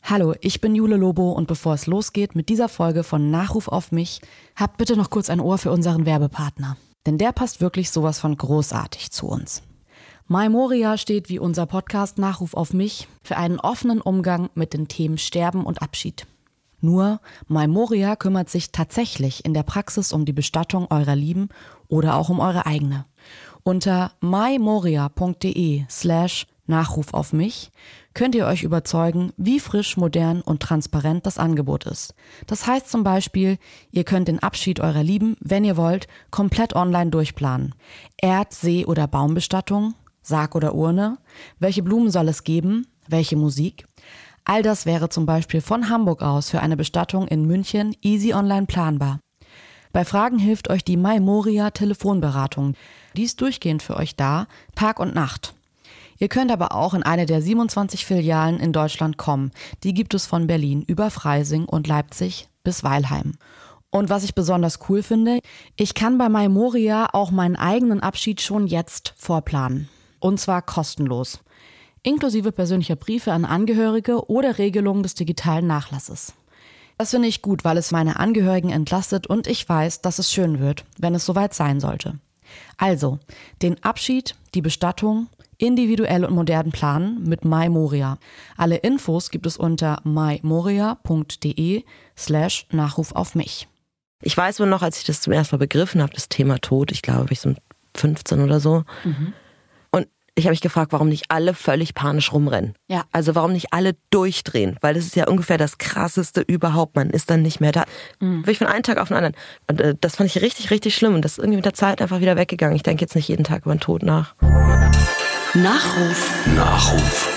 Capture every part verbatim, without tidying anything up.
Hallo, ich bin Jule Lobo und bevor es losgeht mit dieser Folge von Nachruf auf mich, habt bitte noch kurz ein Ohr für unseren Werbepartner. Denn der passt wirklich sowas von großartig zu uns. MyMoria steht wie unser Podcast Nachruf auf mich für einen offenen Umgang mit den Themen Sterben und Abschied. Nur MyMoria kümmert sich tatsächlich in der Praxis um die Bestattung eurer Lieben oder auch um eure eigene. Unter mymoria.de slash Nachruf auf mich könnt ihr euch überzeugen, wie frisch, modern und transparent das Angebot ist. Das heißt zum Beispiel, ihr könnt den Abschied eurer Lieben, wenn ihr wollt, komplett online durchplanen. Erd-, See- oder Baumbestattung, Sarg oder Urne, welche Blumen soll es geben, welche Musik. All das wäre zum Beispiel von Hamburg aus für eine Bestattung in München easy online planbar. Bei Fragen hilft euch die MyMoria Telefonberatung. Die ist durchgehend für euch da, Tag und Nacht. Ihr könnt aber auch in eine der siebenundzwanzig Filialen in Deutschland kommen. Die gibt es von Berlin über Freising und Leipzig bis Weilheim. Und was ich besonders cool finde, ich kann bei MyMoria auch meinen eigenen Abschied schon jetzt vorplanen. Und zwar kostenlos. Inklusive persönlicher Briefe an Angehörige oder Regelungen des digitalen Nachlasses. Das finde ich gut, weil es meine Angehörigen entlastet und ich weiß, dass es schön wird, wenn es soweit sein sollte. Also, den Abschied, die Bestattung, individuell und modern planen mit MyMoria. Alle Infos gibt es unter mymoria.de slash Nachruf auf mich. Ich weiß wohl noch, als ich das zum ersten Mal begriffen habe, das Thema Tod, ich glaube, ich so fünfzehn oder so. Mhm. Und ich habe mich gefragt, warum nicht alle völlig panisch rumrennen. Ja. Also warum nicht alle durchdrehen, weil das ist ja ungefähr das Krasseste überhaupt. Man ist dann nicht mehr da. Mhm. Wirklich von einem Tag auf den anderen. Und äh, das fand ich richtig, richtig schlimm. Und das ist irgendwie mit der Zeit einfach wieder weggegangen. Ich denke jetzt nicht jeden Tag über den Tod nach. Nachruf. Nachruf.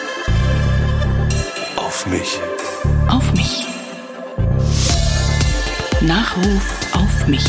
Auf mich. Auf mich. Nachruf auf mich.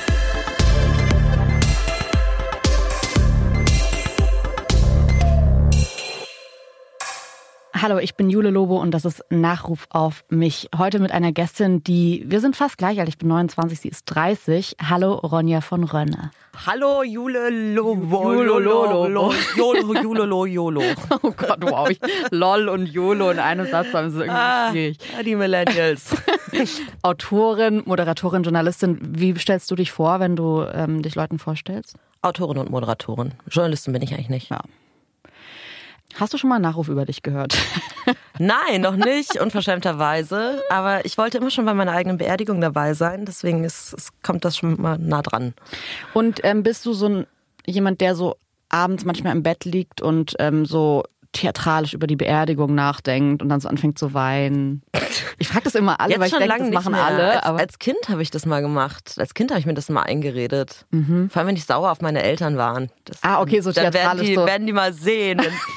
Hallo, ich bin Jule Lobo und das ist Nachruf auf mich. Heute mit einer Gästin, die, wir sind fast gleich alt, ich bin neunundzwanzig, sie ist dreißig. Hallo, Ronja von Rönne. Hallo, Jule Lobo. Jule Lobo. Jolo, Jule Jolo. Oh Gott, wow, ich, LOL und YOLO in einem Satz haben sie irgendwie ah, schwierig. Die Millennials. Autorin, Moderatorin, Journalistin, wie stellst du dich vor, wenn du ähm, dich Leuten vorstellst? Autorin und Moderatorin. Journalistin bin ich eigentlich nicht. Ja. Hast du schon mal einen Nachruf über dich gehört? Nein, noch nicht, unverschämterweise. Aber ich wollte immer schon bei meiner eigenen Beerdigung dabei sein. Deswegen ist, ist, kommt das schon mal nah dran. Und ähm, bist du so ein jemand, der so abends manchmal im Bett liegt und ähm, so theatralisch über die Beerdigung nachdenkt und dann so anfängt zu weinen? Ich frage das immer alle, Jetzt weil ich denke, das machen mehr. alle. Als, aber als Kind habe ich das mal gemacht. Als Kind habe ich mir das mal eingeredet. Mhm. Vor allem, wenn ich sauer auf meine Eltern waren. Das, ah, okay, so dann theatralisch. Dann werden die, so. werden die mal sehen.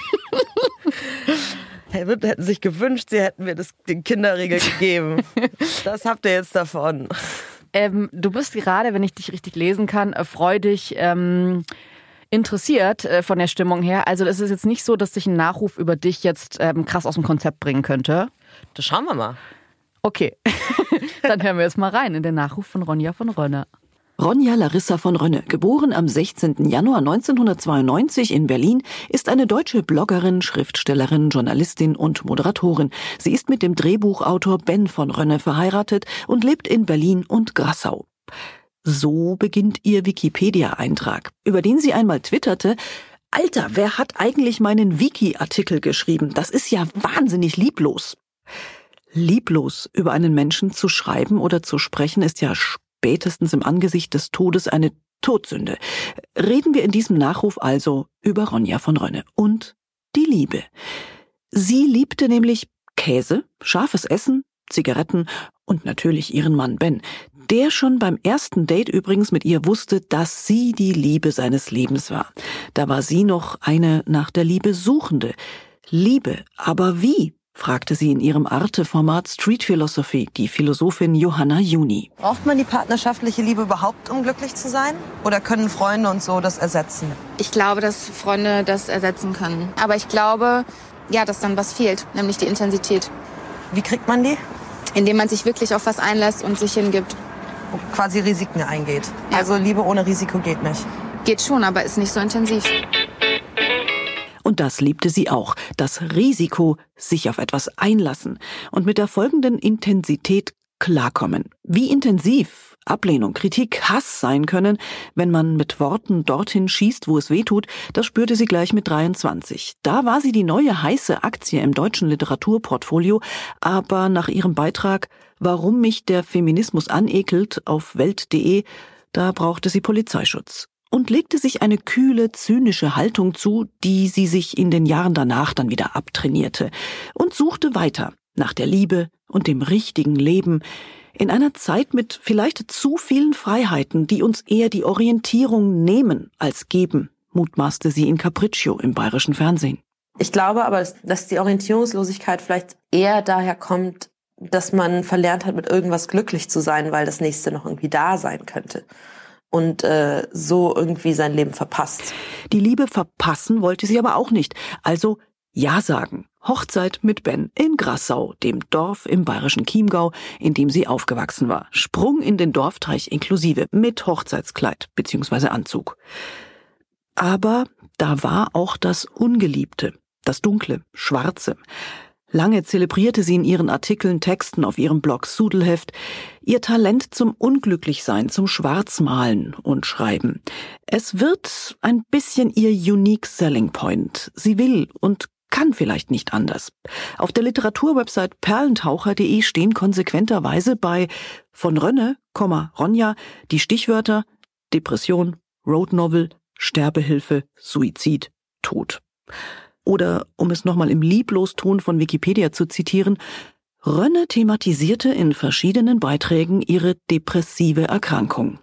Hätten sich gewünscht, sie hätten mir das, den Kinderriegel gegeben. Das habt ihr jetzt davon. Ähm, du bist gerade, wenn ich dich richtig lesen kann, freudig ähm, interessiert äh, von der Stimmung her. Also es ist jetzt nicht so, dass sich ein Nachruf über dich jetzt ähm, krass aus dem Konzept bringen könnte. Das schauen wir mal. Okay, dann hören wir jetzt mal rein in den Nachruf von Ronja von Rönne. Ronja Larissa von Rönne, geboren am sechzehnten Januar neunzehnhundertzweiundneunzig in Berlin, ist eine deutsche Bloggerin, Schriftstellerin, Journalistin und Moderatorin. Sie ist mit dem Drehbuchautor Ben von Rönne verheiratet und lebt in Berlin und Grassau. So beginnt ihr Wikipedia-Eintrag, über den sie einmal twitterte: Alter, wer hat eigentlich meinen Wiki-Artikel geschrieben? Das ist ja wahnsinnig lieblos. Lieblos über einen Menschen zu schreiben oder zu sprechen ist ja spätestens im Angesicht des Todes eine Todsünde. Reden wir in diesem Nachruf also über Ronja von Rönne und die Liebe. Sie liebte nämlich Käse, scharfes Essen, Zigaretten und natürlich ihren Mann Ben, der schon beim ersten Date übrigens mit ihr wusste, dass sie die Liebe seines Lebens war. Da war sie noch eine nach der Liebe Suchende. Liebe, aber wie? Fragte sie in ihrem Arte-Format Street Philosophy die Philosophin Johanna Juni. Braucht man die partnerschaftliche Liebe überhaupt, um glücklich zu sein? Oder können Freunde und so das ersetzen? Ich glaube, dass Freunde das ersetzen können. Aber ich glaube, ja, dass dann was fehlt, nämlich die Intensität. Wie kriegt man die? Indem man sich wirklich auf was einlässt und sich hingibt. Und quasi Risiken eingeht. Ja. Also Liebe ohne Risiko geht nicht. Geht schon, aber ist nicht so intensiv. Und das liebte sie auch, das Risiko, sich auf etwas einlassen und mit der folgenden Intensität klarkommen. Wie intensiv Ablehnung, Kritik, Hass sein können, wenn man mit Worten dorthin schießt, wo es weh tut, das spürte sie gleich mit dreiundzwanzig. Da war sie die neue heiße Aktie im deutschen Literaturportfolio, aber nach ihrem Beitrag »Warum mich der Feminismus anekelt« auf Welt punkt de, da brauchte sie Polizeischutz und legte sich eine kühle, zynische Haltung zu, die sie sich in den Jahren danach dann wieder abtrainierte und suchte weiter nach der Liebe und dem richtigen Leben, in einer Zeit mit vielleicht zu vielen Freiheiten, die uns eher die Orientierung nehmen als geben, mutmaßte sie in Capriccio im bayerischen Fernsehen. Ich glaube aber, dass die Orientierungslosigkeit vielleicht eher daher kommt, dass man verlernt hat, mit irgendwas glücklich zu sein, weil das Nächste noch irgendwie da sein könnte. Und äh, so irgendwie sein Leben verpasst. Die Liebe verpassen wollte sie aber auch nicht. Also Ja sagen. Hochzeit mit Ben in Grassau, dem Dorf im bayerischen Chiemgau, in dem sie aufgewachsen war. Sprung in den Dorfteich inklusive, mit Hochzeitskleid bzw. Anzug. Aber da war auch das Ungeliebte, das Dunkle, Schwarze. Lange zelebrierte sie in ihren Artikeln, Texten auf ihrem Blog Sudelheft ihr Talent zum Unglücklichsein, zum Schwarzmalen und Schreiben. Es wird ein bisschen ihr unique selling point. Sie will und kann vielleicht nicht anders. Auf der Literaturwebsite perlentaucher punkt de stehen konsequenterweise bei von Rönne, Ronja die Stichwörter Depression, Road Novel, Sterbehilfe, Suizid, Tod. Oder, um es nochmal im Liebloston von Wikipedia zu zitieren, Rönne thematisierte in verschiedenen Beiträgen ihre depressive Erkrankung.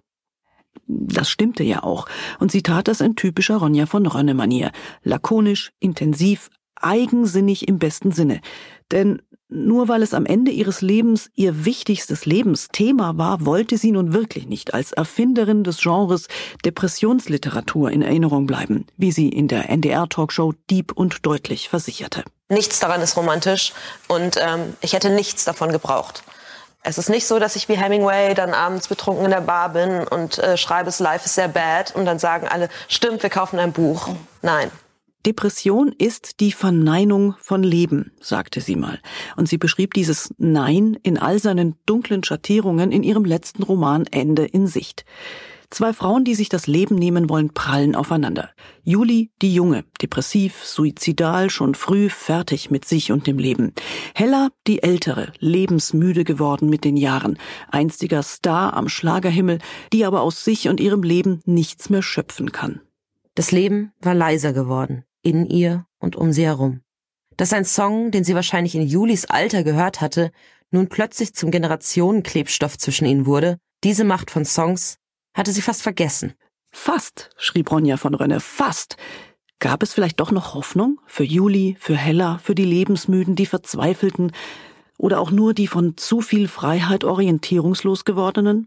Das stimmte ja auch, und sie tat das in typischer Ronja von Rönne-Manier. Lakonisch, intensiv, eigensinnig im besten Sinne. Denn nur weil es am Ende ihres Lebens ihr wichtigstes Lebensthema war, wollte sie nun wirklich nicht als Erfinderin des Genres Depressionsliteratur in Erinnerung bleiben, wie sie in der N D R-Talkshow Dieb und deutlich versicherte. Nichts daran ist romantisch und ähm, ich hätte nichts davon gebraucht. Es ist nicht so, dass ich wie Hemingway dann abends betrunken in der Bar bin und äh, schreibe, es Life is sehr bad und dann sagen alle, stimmt, wir kaufen ein Buch. Nein. Depression ist die Verneinung von Leben, sagte sie mal. Und sie beschrieb dieses Nein in all seinen dunklen Schattierungen in ihrem letzten Roman Ende in Sicht. Zwei Frauen, die sich das Leben nehmen wollen, prallen aufeinander. Juli, die Junge, depressiv, suizidal, schon früh fertig mit sich und dem Leben. Hella, die Ältere, lebensmüde geworden mit den Jahren, einstiger Star am Schlagerhimmel, die aber aus sich und ihrem Leben nichts mehr schöpfen kann. Das Leben war leiser geworden. In ihr und um sie herum. Dass ein Song, den sie wahrscheinlich in Julis Alter gehört hatte, nun plötzlich zum Generationenklebstoff zwischen ihnen wurde, diese Macht von Songs hatte sie fast vergessen. Fast, schrieb Ronja von Rönne, fast. Gab es vielleicht doch noch Hoffnung? Für Juli, für Hella, für die Lebensmüden, die Verzweifelten oder auch nur die von zu viel Freiheit orientierungslos gewordenen?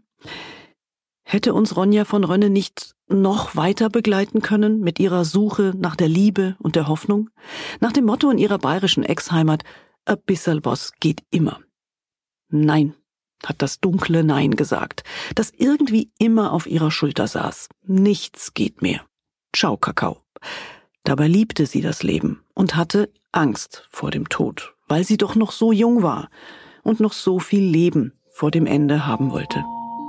Hätte uns Ronja von Rönne nicht noch weiter begleiten können mit ihrer Suche nach der Liebe und der Hoffnung? Nach dem Motto in ihrer bayerischen Ex-Heimat, a bissel was geht immer. Nein, hat das dunkle Nein gesagt, das irgendwie immer auf ihrer Schulter saß. Nichts geht mehr. Ciao, Kakao. Dabei liebte sie das Leben und hatte Angst vor dem Tod, weil sie doch noch so jung war und noch so viel Leben vor dem Ende haben wollte.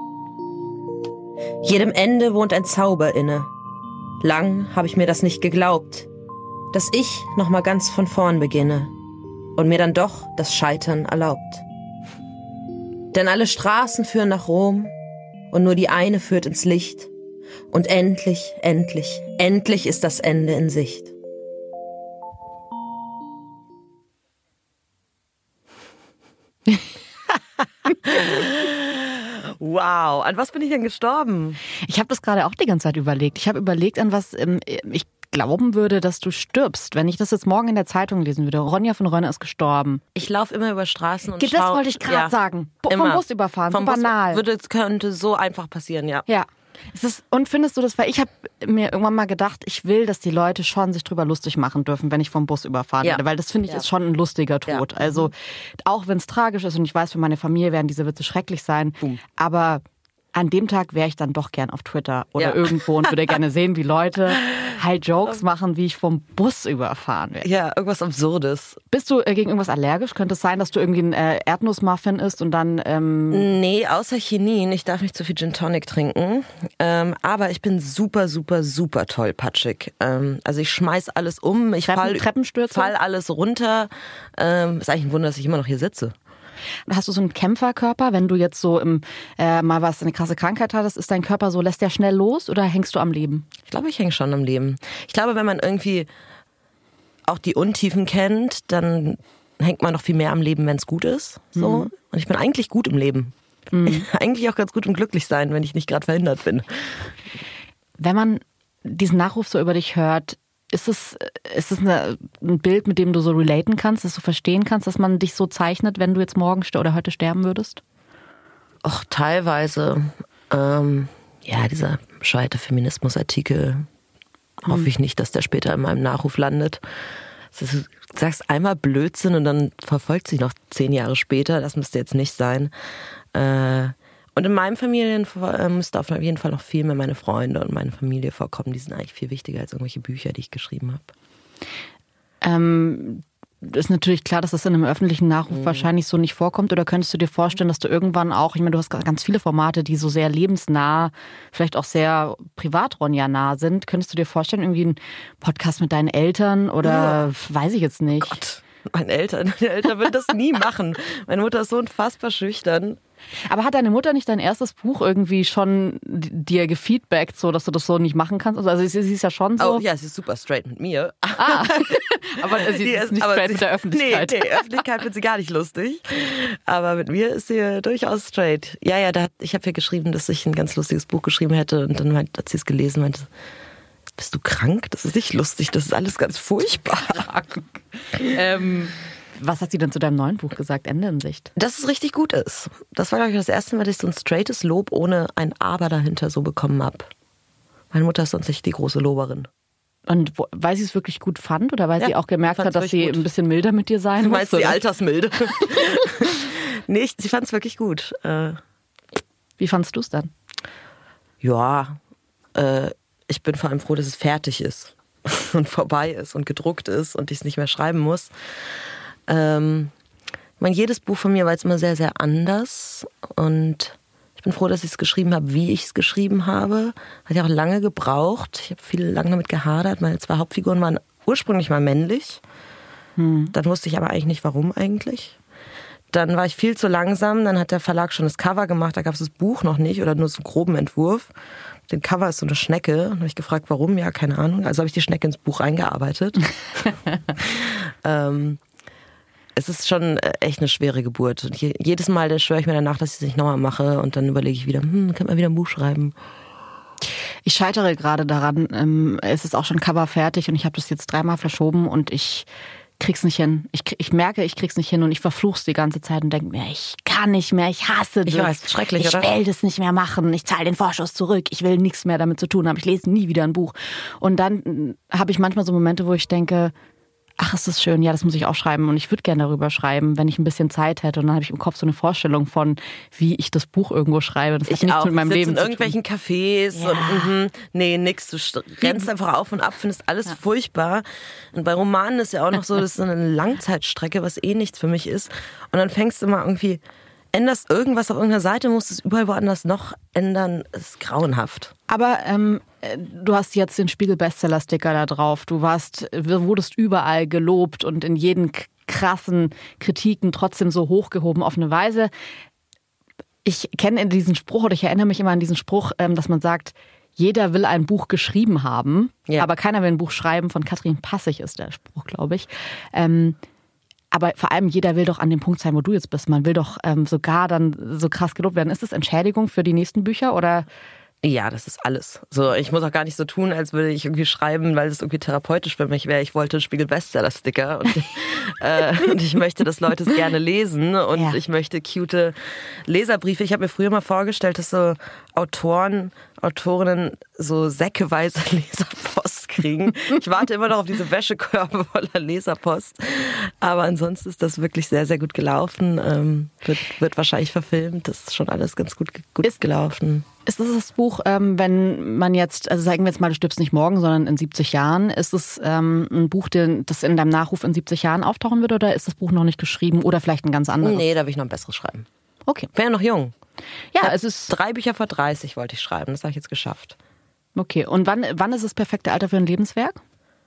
Jedem Ende wohnt ein Zauber inne. Lang habe ich mir das nicht geglaubt, dass ich noch mal ganz von vorn beginne und mir dann doch das Scheitern erlaubt. Denn alle Straßen führen nach Rom und nur die eine führt ins Licht und endlich, endlich, endlich ist das Ende in Sicht. Wow, an was bin ich denn gestorben? Ich habe das gerade auch die ganze Zeit überlegt. Ich habe überlegt, an was ähm, ich glauben würde, dass du stirbst. Wenn ich das jetzt morgen in der Zeitung lesen würde, Ronja von Rönne ist gestorben. Ich laufe immer über Straßen und Das schau, wollte ich gerade ja, sagen. Bo- immer. Vom Bus überfahren, Vom so Bus banal. Würde, könnte so einfach passieren, ja. Ja. Ist das, und findest du das, weil ich habe mir irgendwann mal gedacht, ich will, dass die Leute schon sich drüber lustig machen dürfen, wenn ich vom Bus überfahren ja. werde, weil das finde ich ja. ist schon ein lustiger Tod. Ja. Also auch wenn es tragisch ist und ich weiß, für meine Familie werden diese Witze schrecklich sein, Boom. aber an dem Tag wäre ich dann doch gern auf Twitter oder ja. irgendwo und würde gerne sehen, wie Leute halt Jokes machen, wie ich vom Bus überfahren werde. Ja, irgendwas Absurdes. Bist du äh, gegen irgendwas allergisch? Könnte es sein, dass du irgendwie ein äh, Erdnussmuffin isst und dann... Ähm Nee, außer Chinin. Ich darf nicht zu viel Gin Tonic trinken. Ähm, aber ich bin super, super, super tollpatschig. Ähm, also ich schmeiß alles um. Ich Treppen, fall, Treppenstürze? fall alles runter. Ähm, ist eigentlich ein Wunder, dass ich immer noch hier sitze. Hast du so einen Kämpferkörper, wenn du jetzt so im, äh, mal was, eine krasse Krankheit hattest, ist dein Körper so, lässt der schnell los oder hängst du am Leben? Ich glaube, ich hänge schon am Leben. Ich glaube, wenn man irgendwie auch die Untiefen kennt, dann hängt man noch viel mehr am Leben, wenn es gut ist. So. Mhm. Und ich bin eigentlich gut im Leben. Mhm. Eigentlich auch ganz gut im Glücklichsein, wenn ich nicht gerade verhindert bin. Wenn man diesen Nachruf so über dich hört, Ist es, ist es eine, ein Bild, mit dem du so relaten kannst, dass du verstehen kannst, dass man dich so zeichnet, wenn du jetzt morgen oder heute sterben würdest? Och, teilweise. Ähm, ja, dieser bescheuerte Feminismusartikel, hm. hoffe ich nicht, dass der später in meinem Nachruf landet. Du sagst einmal Blödsinn und dann verfolgt sich noch zehn Jahre später. Das müsste jetzt nicht sein. Äh, Und in meinem Familien müsste auf jeden Fall noch viel mehr meine Freunde und meine Familie vorkommen. Die sind eigentlich viel wichtiger als irgendwelche Bücher, die ich geschrieben habe. Ähm, ist natürlich klar, dass das in einem öffentlichen Nachruf mhm. wahrscheinlich so nicht vorkommt. Oder könntest du dir vorstellen, dass du irgendwann auch, ich meine, du hast ganz viele Formate, die so sehr lebensnah, vielleicht auch sehr privat-Ronja-nah sind. Könntest du dir vorstellen, irgendwie einen Podcast mit deinen Eltern oder ja. weiß ich jetzt nicht? Gott, meine Eltern, meine Eltern würden das nie machen. Meine Mutter ist so unfassbar schüchtern. Aber hat deine Mutter nicht dein erstes Buch irgendwie schon dir gefeedbackt, so dass du das so nicht machen kannst? Also sie, sie ist ja schon so... Oh ja, sie ist super straight mit mir. Ah, aber sie die ist nicht aber straight sie, mit der Öffentlichkeit. Nee, nee, Öffentlichkeit findet sie gar nicht lustig. Aber mit mir ist sie durchaus straight. Ja, ja, da hat, ich habe ja geschrieben, dass ich ein ganz lustiges Buch geschrieben hätte. Und dann hat sie es gelesen und meinte, bist du krank? Das ist nicht lustig, das ist alles ganz furchtbar. ähm... Was hat sie denn zu deinem neuen Buch gesagt, Ende in Sicht? Dass es richtig gut ist. Das war, glaube ich, das erste Mal, dass ich so ein straightes Lob ohne ein Aber dahinter so bekommen habe. Meine Mutter ist sonst nicht die große Loberin. Und wo, weil sie es wirklich gut fand oder weil ja, sie auch gemerkt hat, dass sie gut. ein bisschen milder mit dir sein muss? Du meinst die Altersmilde? Nee, sie fand es wirklich gut. Äh, Wie fandst du es dann? Ja, äh, ich bin vor allem froh, dass es fertig ist und vorbei ist und gedruckt ist und ich es nicht mehr schreiben muss. Ähm, ich meine, jedes Buch von mir war jetzt immer sehr, sehr anders und ich bin froh, dass ich es geschrieben habe, wie ich es geschrieben habe. Hat ja auch lange gebraucht. Ich habe viel lange damit gehadert. Meine zwei Hauptfiguren waren ursprünglich mal männlich. Hm. Dann wusste ich aber eigentlich nicht, warum eigentlich. Dann war ich viel zu langsam. Dann hat der Verlag schon das Cover gemacht. Da gab es das Buch noch nicht oder nur so einen groben Entwurf. Den Cover ist so eine Schnecke. Und habe ich gefragt, warum? Ja, keine Ahnung. Also habe ich die Schnecke ins Buch eingearbeitet. ähm, Es ist schon echt eine schwere Geburt. Und jedes Mal da schwöre ich mir danach, dass ich es nicht nochmal mache. Und dann überlege ich wieder, hm, könnte man wieder ein Buch schreiben. Ich scheitere gerade daran. Es ist auch schon Cover fertig und ich habe das jetzt dreimal verschoben und ich krieg's nicht hin. Ich, ich merke, ich krieg's nicht hin und ich verfluch's die ganze Zeit und denke mir, ich kann nicht mehr, ich hasse das. Ich weiß, schrecklich, ich oder? Ich will das nicht mehr machen, ich zahle den Vorschuss zurück, ich will nichts mehr damit zu tun haben, ich lese nie wieder ein Buch. Und dann habe ich manchmal so Momente, wo ich denke, ach, ist das schön, ja, das muss ich auch schreiben und ich würde gerne darüber schreiben, wenn ich ein bisschen Zeit hätte. Und dann habe ich im Kopf so eine Vorstellung von, wie ich das Buch irgendwo schreibe. Das hat ich nichts auch. mit meinem ich Leben in zu irgendwelchen tun. Cafés ja. und mh, nee, nix. Du rennst einfach auf und ab, findest alles ja. furchtbar. Und bei Romanen ist ja auch noch so, das ist so eine Langzeitstrecke, was eh nichts für mich ist. Und dann fängst du mal irgendwie, änderst irgendwas auf irgendeiner Seite, musst es überall woanders noch ändern. Das ist grauenhaft. Aber ähm, du hast jetzt den Spiegel-Bestseller-Sticker da drauf. Du warst, wurdest überall gelobt und in jeden krassen Kritiken trotzdem so hochgehoben auf eine Weise. Ich kenne diesen Spruch oder ich erinnere mich immer an diesen Spruch, dass man sagt, jeder will ein Buch geschrieben haben, ja. aber keiner will ein Buch schreiben. Von Katrin Passig ist der Spruch, glaube ich. Ähm, aber vor allem jeder will doch an dem Punkt sein, wo du jetzt bist. Man will doch ähm, sogar dann so krass gelobt werden. Ist das Entschädigung für die nächsten Bücher oder... Ja, das ist alles. So, ich muss auch gar nicht so tun, als würde ich irgendwie schreiben, weil es irgendwie therapeutisch für mich wäre. Ich wollte einen Spiegel-Bestseller-Sticker und äh, und ich möchte, dass Leute es gerne lesen und Ja. ich möchte cute Leserbriefe. Ich habe mir früher mal vorgestellt, dass so Autoren, Autorinnen so säckeweise Leserpost kriegen. Ich warte immer noch auf diese Wäschekörbe voller Leserpost. Aber ansonsten ist das wirklich sehr, sehr gut gelaufen. Ähm, wird, wird wahrscheinlich verfilmt. Das ist schon alles ganz gut, gut Ist- gelaufen. Ist das das Buch, ähm, wenn man jetzt, also sagen wir jetzt mal, du stirbst nicht morgen, sondern in siebzig Jahren, ist es ähm, ein Buch, den, das in deinem Nachruf in siebzig Jahren auftauchen wird oder ist das Buch noch nicht geschrieben oder vielleicht ein ganz anderes? Nee, da will ich noch ein besseres schreiben. Okay. Ich bin ja noch jung. Ja, es ist, Drei Bücher vor dreißig wollte ich schreiben. Das habe ich jetzt geschafft. okay. Und wann, wann ist das perfekte Alter für ein Lebenswerk?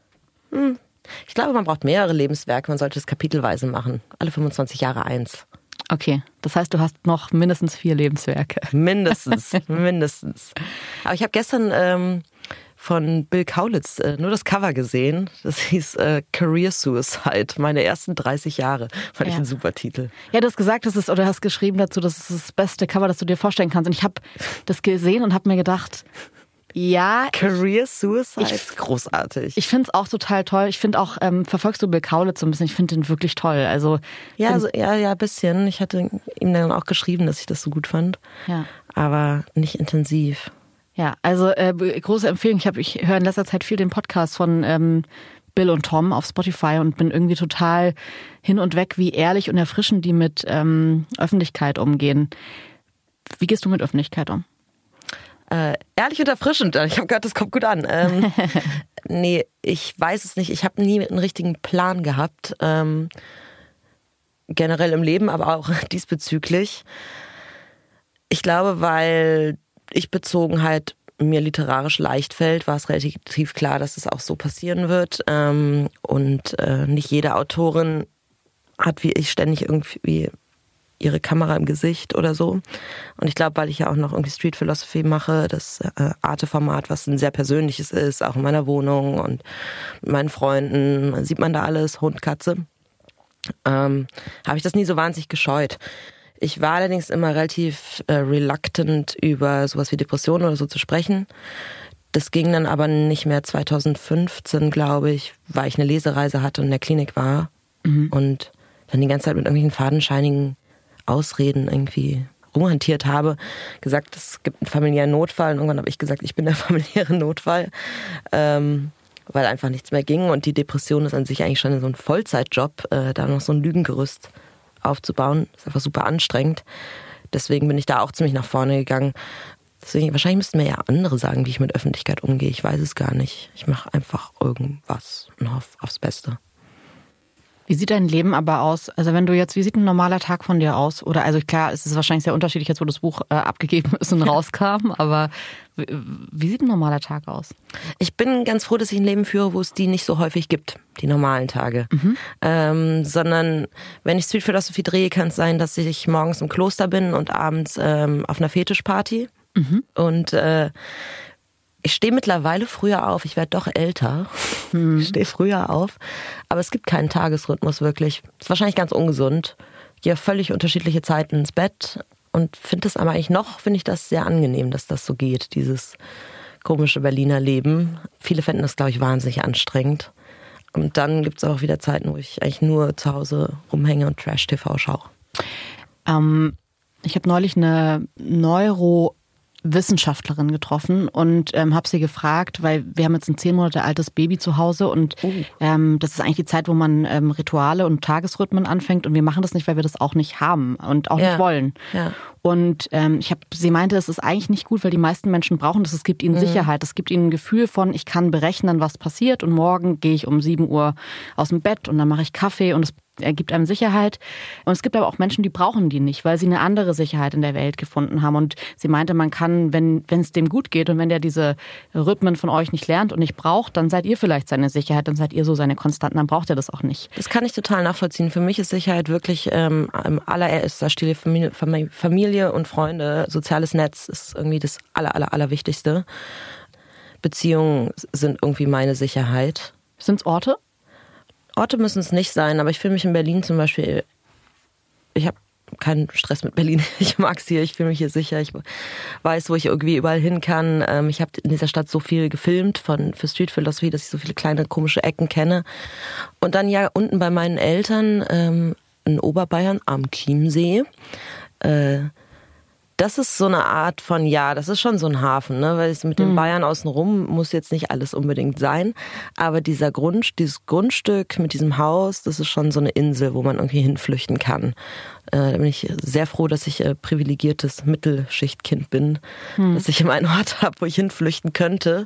Ich glaube, man braucht mehrere Lebenswerke. Man sollte es kapitelweise machen. Alle fünfundzwanzig Jahre eins. Okay, das heißt, du hast noch mindestens vier Lebenswerke. Mindestens, mindestens. Aber ich habe gestern ähm, von Bill Kaulitz äh, nur das Cover gesehen. Das hieß äh, Career Suicide, meine ersten dreißig Jahre. Fand ich Ja. einen super Titel. Ja, du hast gesagt, das ist, oder hast geschrieben dazu, das ist das beste Cover, das du dir vorstellen kannst. Und ich habe das gesehen und habe mir gedacht, ja, Career Suicide? Ich- Großartig. ich finde es auch total toll. Ich finde auch, ähm, verfolgst du Bill Kaulitz so ein bisschen? Ich finde den wirklich toll. Also ja, also, ja, ja, ein bisschen. Ich hatte ihm dann auch geschrieben, dass ich das so gut fand. Ja. Aber nicht intensiv. Ja, also äh, große Empfehlung. Ich, hab, ich höre in letzter Zeit viel den Podcast von ähm, Bill und Tom auf Spotify und bin irgendwie total hin und weg, wie ehrlich und erfrischend die mit ähm, Öffentlichkeit umgehen. Wie gehst du mit Öffentlichkeit um? Äh, ehrlich und erfrischend. Ich habe gehört, das kommt gut an. Ähm, nee, ich weiß es nicht. Ich habe nie einen richtigen Plan gehabt. Ähm, generell im Leben, aber auch diesbezüglich. Ich glaube, weil ich Bezogenheit mir literarisch leicht fällt, war es relativ klar, dass es auch so passieren wird. Ähm, und äh, nicht jede Autorin hat wie ich ständig irgendwie ihre Kamera im Gesicht oder so. Und ich glaube, weil ich ja auch noch irgendwie Street Philosophy mache, das äh, Arte-Format, was ein sehr persönliches ist, auch in meiner Wohnung und mit meinen Freunden, sieht man da alles, Hund, Katze, ähm, habe ich das nie so wahnsinnig gescheut. Ich war allerdings immer relativ äh, reluctant, über sowas wie Depressionen oder so zu sprechen. Das ging dann aber nicht mehr zweitausendfünfzehn, glaube ich, weil ich eine Lesereise hatte und in der Klinik war mhm. und dann die ganze Zeit mit irgendwelchen fadenscheinigen Ausreden irgendwie rumhantiert habe, gesagt, es gibt einen familiären Notfall und irgendwann habe ich gesagt, ich bin der familiäre Notfall, ähm, weil einfach nichts mehr ging und die Depression ist an sich eigentlich schon so ein Vollzeitjob, äh, da noch so ein Lügengerüst aufzubauen, ist einfach super anstrengend. Deswegen bin ich da auch ziemlich nach vorne gegangen. Deswegen, wahrscheinlich müssten mir ja andere sagen, wie ich mit Öffentlichkeit umgehe. Ich weiß es gar nicht. Ich mache einfach irgendwas und hoffe aufs Beste. Wie sieht dein Leben aber aus? Also wenn du jetzt, wie sieht ein normaler Tag von dir aus? Oder also klar, es ist wahrscheinlich sehr unterschiedlich jetzt, wo das Buch äh, abgegeben ist und rauskam, aber wie, wie sieht ein normaler Tag aus? Ich bin ganz froh, dass ich ein Leben führe, wo es die nicht so häufig gibt, die normalen Tage. Mhm. Ähm, sondern wenn ich Street Philosophy drehe, kann es sein, dass ich morgens im Kloster bin und abends ähm, auf einer Fetischparty. Mhm. Und äh, ich stehe mittlerweile früher auf. Ich werde doch älter. Hm. Ich stehe früher auf. Aber es gibt keinen Tagesrhythmus wirklich. Ist wahrscheinlich ganz ungesund. Ich gehe völlig unterschiedliche Zeiten ins Bett und finde es aber eigentlich noch, finde ich das sehr angenehm, dass das so geht, dieses komische Berliner Leben. Viele fänden das, glaube ich, wahnsinnig anstrengend. Und dann gibt es auch wieder Zeiten, wo ich eigentlich nur zu Hause rumhänge und Trash-T V schaue. Ähm, ich habe neulich eine Neuro- Wissenschaftlerin getroffen und ähm, habe sie gefragt, weil wir haben jetzt ein zehn Monate altes Baby zu Hause und uh. ähm, das ist eigentlich die Zeit, wo man ähm, Rituale und Tagesrhythmen anfängt und wir machen das nicht, weil wir das auch nicht haben und auch ja. nicht wollen. Ja. Und ähm, ich habe, sie meinte, das ist eigentlich nicht gut, weil die meisten Menschen brauchen das. Es gibt ihnen mhm. Sicherheit, es gibt ihnen ein Gefühl von, ich kann berechnen, was passiert und morgen gehe ich um sieben Uhr aus dem Bett und dann mache ich Kaffee und es er gibt einem Sicherheit. Und es gibt aber auch Menschen, die brauchen die nicht, weil sie eine andere Sicherheit in der Welt gefunden haben. Und sie meinte, man kann, wenn wenn es dem gut geht und wenn der diese Rhythmen von euch nicht lernt und nicht braucht, dann seid ihr vielleicht seine Sicherheit, dann seid ihr so seine Konstanten, dann braucht er das auch nicht. Das kann ich total nachvollziehen. Für mich ist Sicherheit wirklich ähm, im allererster Stelle Familie, Familie und Freunde. Soziales Netz ist irgendwie das aller, aller, allerwichtigste. Beziehungen sind irgendwie meine Sicherheit. Sind's Orte? Orte müssen es nicht sein, aber ich fühle mich in Berlin zum Beispiel, ich habe keinen Stress mit Berlin. Ich mag's hier, ich fühle mich hier sicher. Ich weiß, wo ich irgendwie überall hin kann. Ich habe in dieser Stadt so viel gefilmt von, für Street Philosophy, dass ich so viele kleine komische Ecken kenne. Und dann ja unten bei meinen Eltern ähm, in Oberbayern am Chiemsee. Äh, Das ist so eine Art von, ja, das ist schon so ein Hafen, ne? Weil es mit den Bayern außenrum muss jetzt nicht alles unbedingt sein. Aber dieser Grund, dieses Grundstück mit diesem Haus, das ist schon so eine Insel, wo man irgendwie hinflüchten kann. Äh, da bin ich sehr froh, dass ich äh, privilegiertes Mittelschichtkind bin, hm. dass ich immer einen Ort habe, wo ich hinflüchten könnte,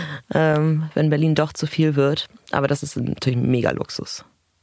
ähm, wenn Berlin doch zu viel wird. Aber das ist natürlich ein Mega-Luxus.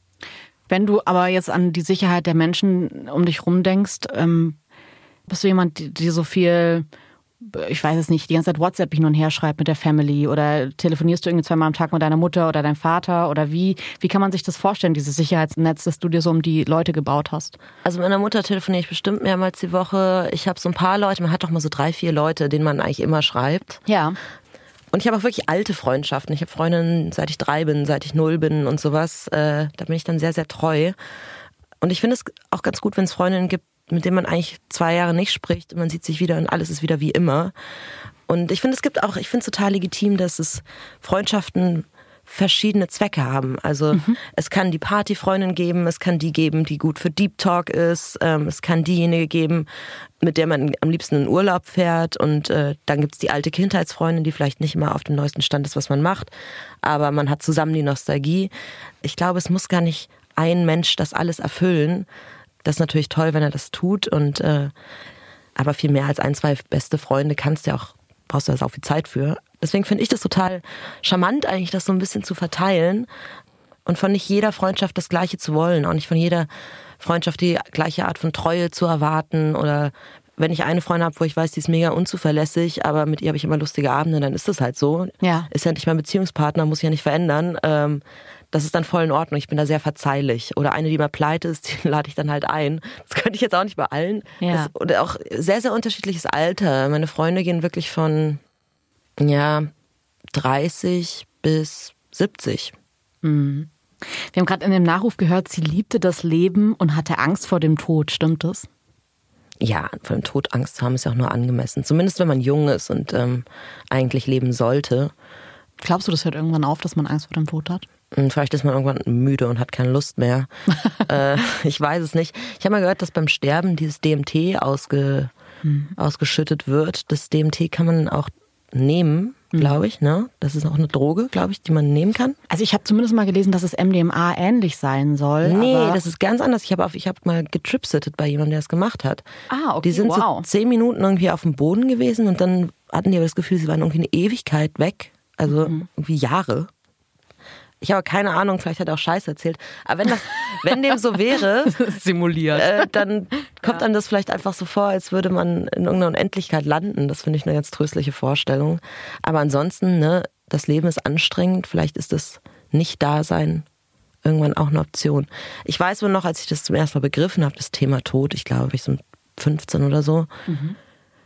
Wenn du aber jetzt an die Sicherheit der Menschen um dich rum denkst, ähm bist du jemand, die, die so viel, ich weiß es nicht, die ganze Zeit WhatsApp hin und her schreibt mit der Family oder telefonierst du irgendwie zweimal am Tag mit deiner Mutter oder deinem Vater oder wie, wie kann man sich das vorstellen, dieses Sicherheitsnetz, das du dir so um die Leute gebaut hast? Also mit meiner Mutter telefoniere ich bestimmt mehrmals die Woche. Ich habe so ein paar Leute, man hat doch mal so drei, vier Leute, denen man eigentlich immer schreibt. Ja. Und ich habe auch wirklich alte Freundschaften. Ich habe Freundinnen, seit ich drei bin, seit ich null bin und sowas. Äh, da bin ich dann sehr, sehr treu. Und ich finde es auch ganz gut, wenn es Freundinnen gibt, mit dem man eigentlich zwei Jahre nicht spricht und man sieht sich wieder und alles ist wieder wie immer. Und ich finde, es gibt auch, ich finde es total legitim, dass es Freundschaften verschiedene Zwecke haben. Also mhm. es kann die Partyfreundin geben, es kann die geben, die gut für Deep Talk ist, ähm, es kann diejenige geben, mit der man am liebsten in Urlaub fährt und äh, dann gibt's die alte Kindheitsfreundin, die vielleicht nicht immer auf dem neuesten Stand ist, was man macht, aber man hat zusammen die Nostalgie. Ich glaube, es muss gar nicht ein Mensch das alles erfüllen. Das ist natürlich toll, wenn er das tut. Und äh, aber viel mehr als ein, zwei beste Freunde kannst du ja auch, brauchst du da auch viel Zeit für. Deswegen finde ich das total charmant eigentlich, das so ein bisschen zu verteilen und von nicht jeder Freundschaft das Gleiche zu wollen, auch nicht von jeder Freundschaft die gleiche Art von Treue zu erwarten oder wenn ich eine Freundin habe, wo ich weiß, die ist mega unzuverlässig, aber mit ihr habe ich immer lustige Abende, dann ist das halt so. Ja. Ist ja nicht mein Beziehungspartner, muss ich ja nicht verändern. Ähm, das ist dann voll in Ordnung. Ich bin da sehr verzeihlich. Oder eine, die mal pleite ist, die lade ich dann halt ein. Das könnte ich jetzt auch nicht bei allen. Ja. Das, oder auch sehr, sehr unterschiedliches Alter. Meine Freunde gehen wirklich von ja dreißig bis siebzig. Mhm. Wir haben gerade in dem Nachruf gehört, sie liebte das Leben und hatte Angst vor dem Tod. Stimmt das? Ja, vor dem Tod Angst zu haben ist ja auch nur angemessen. Zumindest wenn man jung ist und ähm, eigentlich leben sollte. Glaubst du, das hört irgendwann auf, dass man Angst vor dem Tod hat? Vielleicht ist man irgendwann müde und hat keine Lust mehr. äh, ich weiß es nicht. Ich habe mal gehört, dass beim Sterben dieses D M T ausge, hm. ausgeschüttet wird. Das D M T kann man auch nehmen, glaube ich. Ne? Das ist auch eine Droge, glaube ich, die man nehmen kann. Also ich habe zumindest mal gelesen, dass es M D M A ähnlich sein soll. Nee, aber das ist ganz anders. Ich habe ich hab mal getripsittet bei jemandem, der es gemacht hat. Ah, okay, Die sind wow. so zehn Minuten irgendwie auf dem Boden gewesen und dann hatten die aber das Gefühl, sie waren irgendwie eine Ewigkeit weg. Also mhm. irgendwie Jahre. Ich habe keine Ahnung, vielleicht hat er auch Scheiß erzählt. Aber wenn, das, wenn dem so wäre, simuliert, äh, dann kommt ja. einem das vielleicht einfach so vor, als würde man in irgendeiner Unendlichkeit landen. Das finde ich eine ganz tröstliche Vorstellung. Aber ansonsten, ne, das Leben ist anstrengend. Vielleicht ist das Nicht-Dasein irgendwann auch eine Option. Ich weiß wohl noch, als ich das zum ersten Mal begriffen habe, das Thema Tod, ich glaube, ich so fünfzehn oder so. Mhm.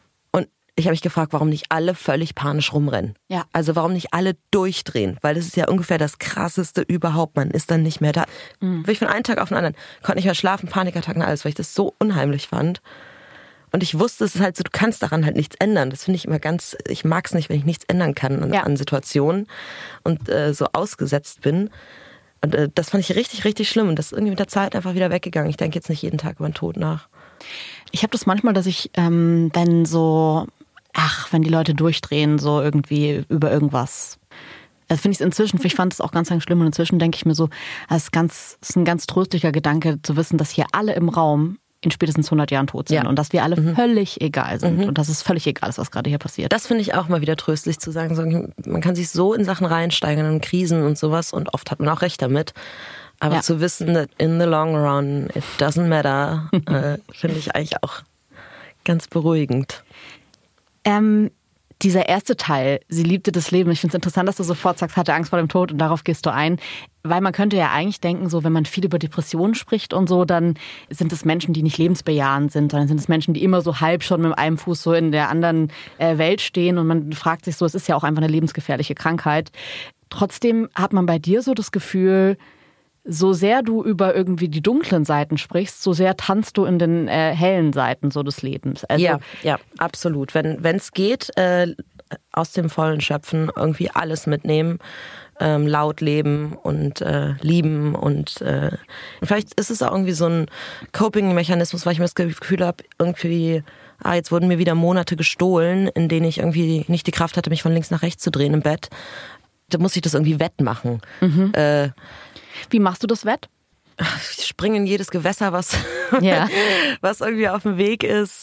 Ich habe mich gefragt, warum nicht alle völlig panisch rumrennen. Ja. Also warum nicht alle durchdrehen? Weil das ist ja ungefähr das Krasseste überhaupt. Man ist dann nicht mehr da. Mhm. Wirklich von einem Tag auf den anderen. Konnte nicht mehr schlafen, Panikattacken, alles, weil ich das so unheimlich fand. Und ich wusste, es ist halt so, du kannst daran halt nichts ändern. Das finde ich immer ganz, ich mag es nicht, wenn ich nichts ändern kann an, ja. an Situationen und äh, so ausgesetzt bin. Und äh, das fand ich richtig, richtig schlimm. Und das ist irgendwie mit der Zeit einfach wieder weggegangen. Ich denke jetzt nicht jeden Tag über den Tod nach. Ich habe das manchmal, dass ich, ähm, wenn so... Ach, wenn die Leute durchdrehen, so irgendwie über irgendwas. Das finde ich inzwischen, ich fand es auch ganz, ganz schlimm und inzwischen denke ich mir so, das ist, ganz, das ist ein ganz tröstlicher Gedanke zu wissen, dass hier alle im Raum in spätestens hundert Jahren tot sind ja. und dass wir alle mhm. völlig egal sind mhm. und dass es völlig egal ist, was gerade hier passiert. Das finde ich auch mal wieder tröstlich zu sagen, so, man kann sich so in Sachen reinsteigern, in Krisen und sowas und oft hat man auch recht damit. Aber ja. zu wissen, that in the long run it doesn't matter, äh, finde ich eigentlich auch ganz beruhigend. Ähm, dieser erste Teil, sie liebte das Leben. Ich finde es interessant, dass du sofort sagst, hatte Angst vor dem Tod und darauf gehst du ein. Weil man könnte ja eigentlich denken, so wenn man viel über Depressionen spricht und so, dann sind es Menschen, die nicht lebensbejahend sind, sondern sind es Menschen, die immer so halb schon mit einem Fuß so in der anderen äh, Welt stehen und man fragt sich so, es ist ja auch einfach eine lebensgefährliche Krankheit. Trotzdem hat man bei dir so das Gefühl, so sehr du über irgendwie die dunklen Seiten sprichst, so sehr tanzt du in den äh, hellen Seiten so des Lebens. Also, ja, ja, absolut. Wenn es geht, äh, aus dem Vollen schöpfen, irgendwie alles mitnehmen, ähm, laut leben und äh, lieben und äh, vielleicht ist es auch irgendwie so ein Coping-Mechanismus, weil ich mir das Gefühl habe, irgendwie, ah, jetzt wurden mir wieder Monate gestohlen, in denen ich irgendwie nicht die Kraft hatte, mich von links nach rechts zu drehen im Bett. Da muss ich das irgendwie wettmachen. Mhm. Äh, Wie machst du das wett? Ich springe in jedes Gewässer, was, ja. was irgendwie auf dem Weg ist.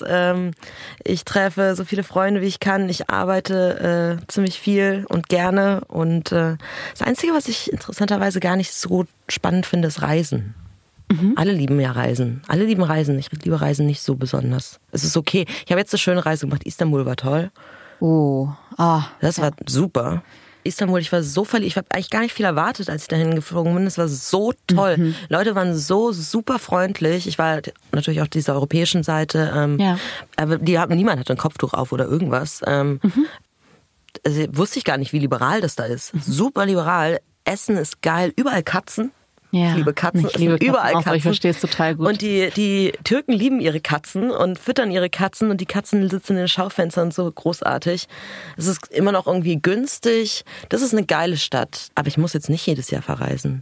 Ich treffe so viele Freunde, wie ich kann. Ich arbeite äh, ziemlich viel und gerne. Und äh, das Einzige, was ich interessanterweise gar nicht so spannend finde, ist Reisen. Mhm. Alle lieben ja Reisen. Alle lieben Reisen. Ich liebe Reisen nicht so besonders. Es ist okay. Ich habe jetzt eine schöne Reise gemacht. Istanbul war toll. Oh, ah. Das war super. Istanbul, ich war so verliebt. Ich habe eigentlich gar nicht viel erwartet, als ich dahin geflogen bin. Es war so toll. Mhm. Leute waren so super freundlich. Ich war natürlich auf dieser europäischen Seite. Ähm, ja. Aber die haben, niemand hatte ein Kopftuch auf oder irgendwas. Ähm, mhm. Also wusste ich gar nicht, wie liberal das da ist. Mhm. Super liberal. Essen ist geil. Überall Katzen. Ja, ich liebe Katzen, ich liebe Katzen überall auch, Katzen. Ich verstehe es total gut. Und die, die Türken lieben ihre Katzen und füttern ihre Katzen und die Katzen sitzen in den Schaufenstern, so großartig. Es ist immer noch irgendwie günstig. Das ist eine geile Stadt. Aber ich muss jetzt nicht jedes Jahr verreisen.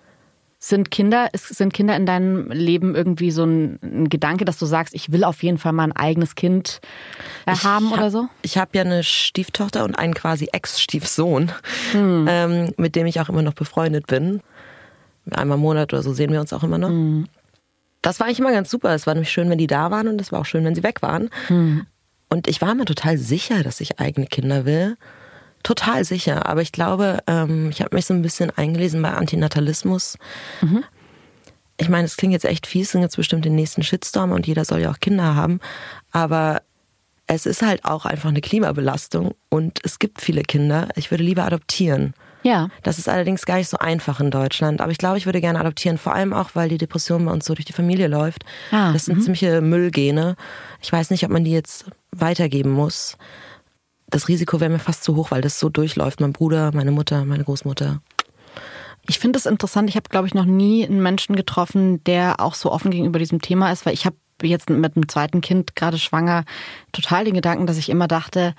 Sind Kinder, sind Kinder in deinem Leben irgendwie so ein, ein Gedanke, dass du sagst, ich will auf jeden Fall mal ein eigenes Kind haben ich hab, oder so? Ich habe ja eine Stieftochter und einen quasi Ex-Stiefsohn, hm. ähm, mit dem ich auch immer noch befreundet bin. Einmal im Monat oder so sehen wir uns auch immer noch. Mhm. Das war eigentlich immer ganz super. Es war nämlich schön, wenn die da waren und es war auch schön, wenn sie weg waren. Mhm. Und ich war mir total sicher, dass ich eigene Kinder will. Total sicher. Aber ich glaube, ähm, ich habe mich so ein bisschen eingelesen bei Antinatalismus. Mhm. Ich meine, es klingt jetzt echt fies, es sind jetzt bestimmt den nächsten Shitstorm und jeder soll ja auch Kinder haben. Aber es ist halt auch einfach eine Klimabelastung und es gibt viele Kinder. Ich würde lieber adoptieren. Ja. Das ist allerdings gar nicht so einfach in Deutschland. Aber ich glaube, ich würde gerne adoptieren. Vor allem auch, weil die Depression bei uns so durch die Familie läuft. Ah, das sind m- ziemliche Müllgene. Ich weiß nicht, ob man die jetzt weitergeben muss. Das Risiko wäre mir fast zu hoch, weil das so durchläuft. Mein Bruder, meine Mutter, meine Großmutter. Ich finde es interessant. Ich habe, glaube ich, noch nie einen Menschen getroffen, der auch so offen gegenüber diesem Thema ist. Weil ich habe jetzt mit einem zweiten Kind, gerade schwanger, total den Gedanken, dass ich immer dachte,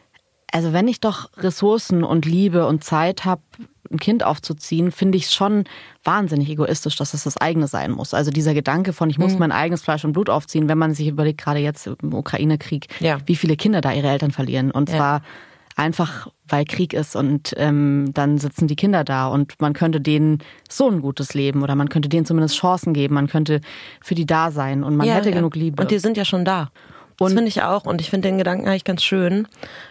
also wenn ich doch Ressourcen und Liebe und Zeit habe, ein Kind aufzuziehen, finde ich es schon wahnsinnig egoistisch, dass es das eigene sein muss. Also dieser Gedanke von, ich muss mhm. mein eigenes Fleisch und Blut aufziehen, wenn man sich überlegt, gerade jetzt im Ukraine-Krieg, ja. wie viele Kinder da ihre Eltern verlieren. Und ja. zwar einfach, weil Krieg ist und ähm, dann sitzen die Kinder da und man könnte denen so ein gutes Leben oder man könnte denen zumindest Chancen geben, man könnte für die da sein und man ja, hätte ja. genug Liebe. Und die sind ja schon da. Das finde ich auch und ich finde den Gedanken eigentlich ganz schön.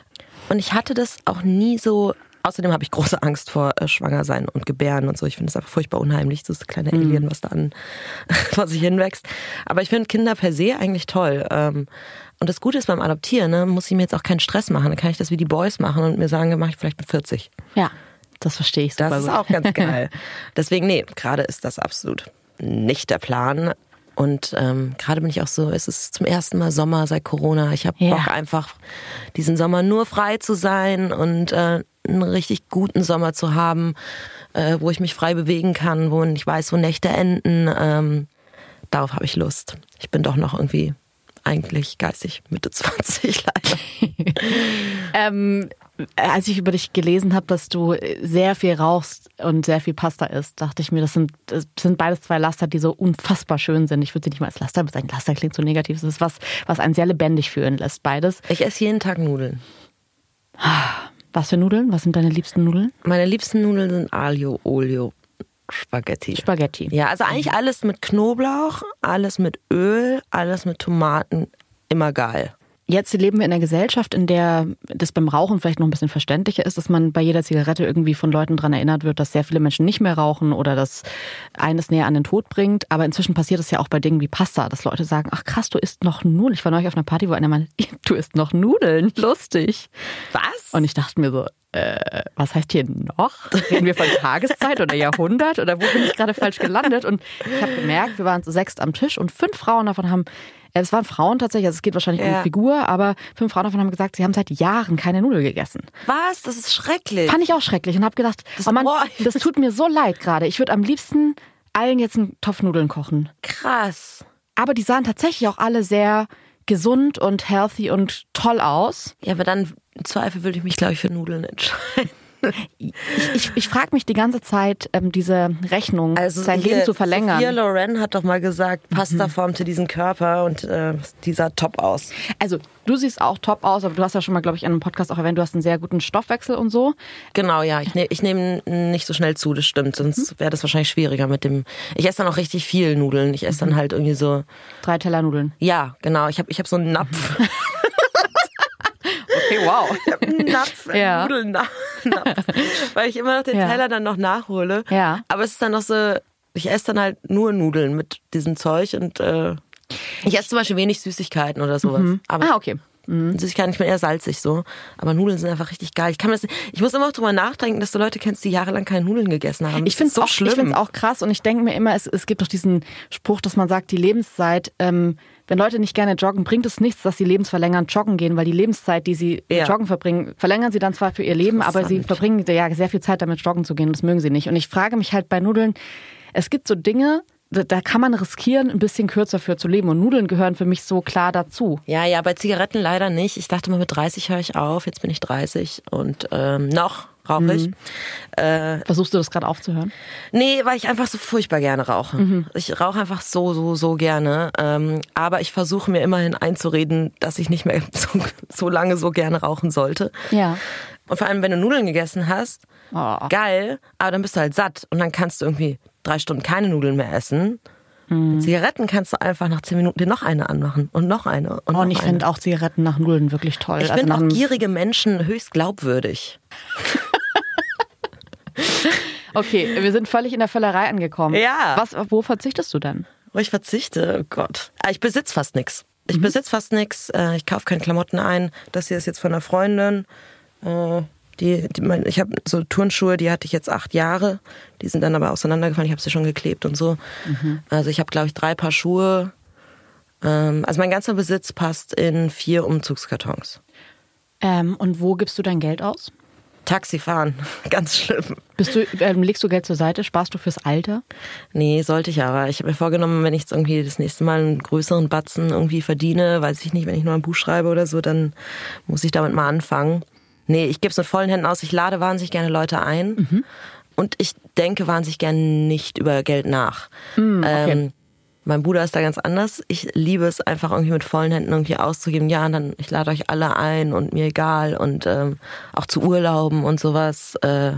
Und ich hatte das auch nie so, außerdem habe ich große Angst vor äh, Schwangersein und Gebären und so. Ich finde das einfach furchtbar unheimlich, das kleine mhm. Alien, was da an vor sich hinwächst. Aber ich finde Kinder per se eigentlich toll. Ähm, und das Gute ist beim Adoptieren, ne, muss ich mir jetzt auch keinen Stress machen. Dann kann ich das wie die Boys machen und mir sagen, mache ich vielleicht mit vierzig. Ja, das verstehe ich super Das ist gut. auch ganz geil. Deswegen, nee, gerade ist das absolut nicht der Plan. Und ähm, gerade bin ich auch so, es ist zum ersten Mal Sommer seit Corona. Ich habe ja. Bock einfach, diesen Sommer nur frei zu sein und äh, einen richtig guten Sommer zu haben, äh, wo ich mich frei bewegen kann, wo ich weiß, wo Nächte enden. Ähm, darauf habe ich Lust. Ich bin doch noch irgendwie eigentlich geistig Mitte zwanzig leider. ähm, als ich über dich gelesen habe, dass du sehr viel rauchst und sehr viel Pasta isst, dachte ich mir, das sind, das sind beides zwei Laster, die so unfassbar schön sind. Ich würde sie nicht mal als Laster bezeichnen. Laster klingt so negativ. Das ist was, was einen sehr lebendig fühlen lässt, beides. Ich esse jeden Tag Nudeln. Was für Nudeln? Was sind deine liebsten Nudeln? Meine liebsten Nudeln sind Aglio Olio Spaghetti. Spaghetti. Ja, also eigentlich alles mit Knoblauch, alles mit Öl, alles mit Tomaten. Immer geil. Jetzt leben wir in einer Gesellschaft, in der das beim Rauchen vielleicht noch ein bisschen verständlicher ist, dass man bei jeder Zigarette irgendwie von Leuten daran erinnert wird, dass sehr viele Menschen nicht mehr rauchen oder dass eines näher an den Tod bringt. Aber inzwischen passiert es ja auch bei Dingen wie Pasta, dass Leute sagen, ach krass, du isst noch Nudeln. Ich war neulich auf einer Party, wo einer meinte, du isst noch Nudeln. Lustig. Was? Und ich dachte mir so, äh, was heißt hier noch? Reden wir von Tageszeit oder Jahrhundert oder wo bin ich gerade falsch gelandet? Und ich habe gemerkt, wir waren zu sechst am Tisch und fünf Frauen davon haben, es waren Frauen tatsächlich, also es geht wahrscheinlich ja. um die Figur, aber fünf Frauen davon haben gesagt, sie haben seit Jahren keine Nudel gegessen. Was? Das ist schrecklich. Fand ich auch schrecklich und habe gedacht, das, oh Mann, das tut mir so leid gerade. Ich würde am liebsten allen jetzt einen Topf Nudeln kochen. Krass. Aber die sahen tatsächlich auch alle sehr gesund und healthy und toll aus. Ja, aber dann im Zweifel würde ich mich, glaube ich, für Nudeln entscheiden. Ich, ich, ich frage mich die ganze Zeit, ähm, diese Rechnung, also sein hier, Leben zu verlängern. Sophia Loren hat doch mal gesagt, Pasta mhm. formte diesen Körper und äh, die sah top aus. Also du siehst auch top aus, aber du hast ja schon mal, glaube ich, in einem Podcast auch erwähnt, du hast einen sehr guten Stoffwechsel und so. Genau, ja. Ich, ne, ich nehme nicht so schnell zu, das stimmt. Sonst mhm. wäre das wahrscheinlich schwieriger mit dem... Ich esse dann auch richtig viel Nudeln. Ich esse mhm. dann halt irgendwie so... Drei Teller Nudeln. Ja, genau. Ich habe ich hab so einen Napf. Okay, wow. Ich habe einen Napf, einen ja. Nudelnapf. Weil ich immer noch den ja. Teller dann noch nachhole. Ja. Aber es ist dann noch so... Ich esse dann halt nur Nudeln mit diesem Zeug und... Äh, ich esse zum Beispiel wenig Süßigkeiten oder sowas. Mhm. Aber ah, okay. Mhm. Süßigkeiten, ich bin eher salzig so. Aber Nudeln sind einfach richtig geil. Ich kann mir das, ich muss immer auch drüber nachdenken, dass du Leute kennst, die jahrelang keine Nudeln gegessen haben. Ich finde es so auch, schlimm. Ich find's auch krass und ich denke mir immer, es, es gibt doch diesen Spruch, dass man sagt, die Lebenszeit, ähm, wenn Leute nicht gerne joggen, bringt es nichts, dass sie lebensverlängernd joggen gehen, weil die Lebenszeit, die sie ja. joggen verbringen, verlängern sie dann zwar für ihr Leben, aber sie verbringen ja sehr viel Zeit damit, joggen zu gehen und das mögen sie nicht. Und ich frage mich halt bei Nudeln, es gibt so Dinge, da kann man riskieren, ein bisschen kürzer für zu leben. Und Nudeln gehören für mich so klar dazu. Ja, ja, bei Zigaretten leider nicht. Ich dachte mal, mit dreißig höre ich auf. Jetzt bin ich dreißig und ähm, noch rauche ich. Mhm. Äh, Versuchst du das gerade aufzuhören? Nee, weil ich einfach so furchtbar gerne rauche. Mhm. Ich rauche einfach so, so, so gerne. Ähm, aber ich versuche mir immerhin einzureden, dass ich nicht mehr so, so lange so gerne rauchen sollte. Ja. Und vor allem, wenn du Nudeln gegessen hast, oh. geil, aber dann bist du halt satt. Und dann kannst du irgendwie drei Stunden keine Nudeln mehr essen. Mhm. Zigaretten kannst du einfach nach zehn Minuten dir noch eine anmachen und noch eine. Und, oh, und ich finde auch Zigaretten nach Nudeln wirklich toll. Ich also finde auch gierige Menschen höchst glaubwürdig. Okay, wir sind völlig in der Völlerei angekommen. Ja. Was, wo verzichtest du denn? Wo ich verzichte? Oh Gott. Ich besitze fast nichts. Ich mhm. besitze fast nichts. Ich kaufe keine Klamotten ein. Das hier ist jetzt von einer Freundin. Die, die, mein, ich habe so Turnschuhe, die hatte ich jetzt acht Jahre. Die sind dann aber auseinandergefallen. Ich habe sie schon geklebt und so. Mhm. Also ich habe, glaube ich, drei Paar Schuhe. Ähm, also mein ganzer Besitz passt in vier Umzugskartons. Ähm, und wo gibst du dein Geld aus? Taxifahren, ganz schlimm. Bist du, ähm, legst du Geld zur Seite? Sparst du fürs Alter? Nee, sollte ich aber. Ich habe mir vorgenommen, wenn ich jetzt irgendwie das nächste Mal einen größeren Batzen irgendwie verdiene, weiß ich nicht, wenn ich nur ein Buch schreibe oder so, dann muss ich damit mal anfangen. Nee, ich gebe es mit vollen Händen aus. Ich lade wahnsinnig gerne Leute ein. Mhm. Und ich denke wahnsinnig gerne nicht über Geld nach. Mhm, okay. ähm, mein Bruder ist da ganz anders. Ich liebe es einfach irgendwie mit vollen Händen irgendwie auszugeben. Ja, dann ich lade euch alle ein und mir egal. Und ähm, auch zu Urlauben und sowas. Äh,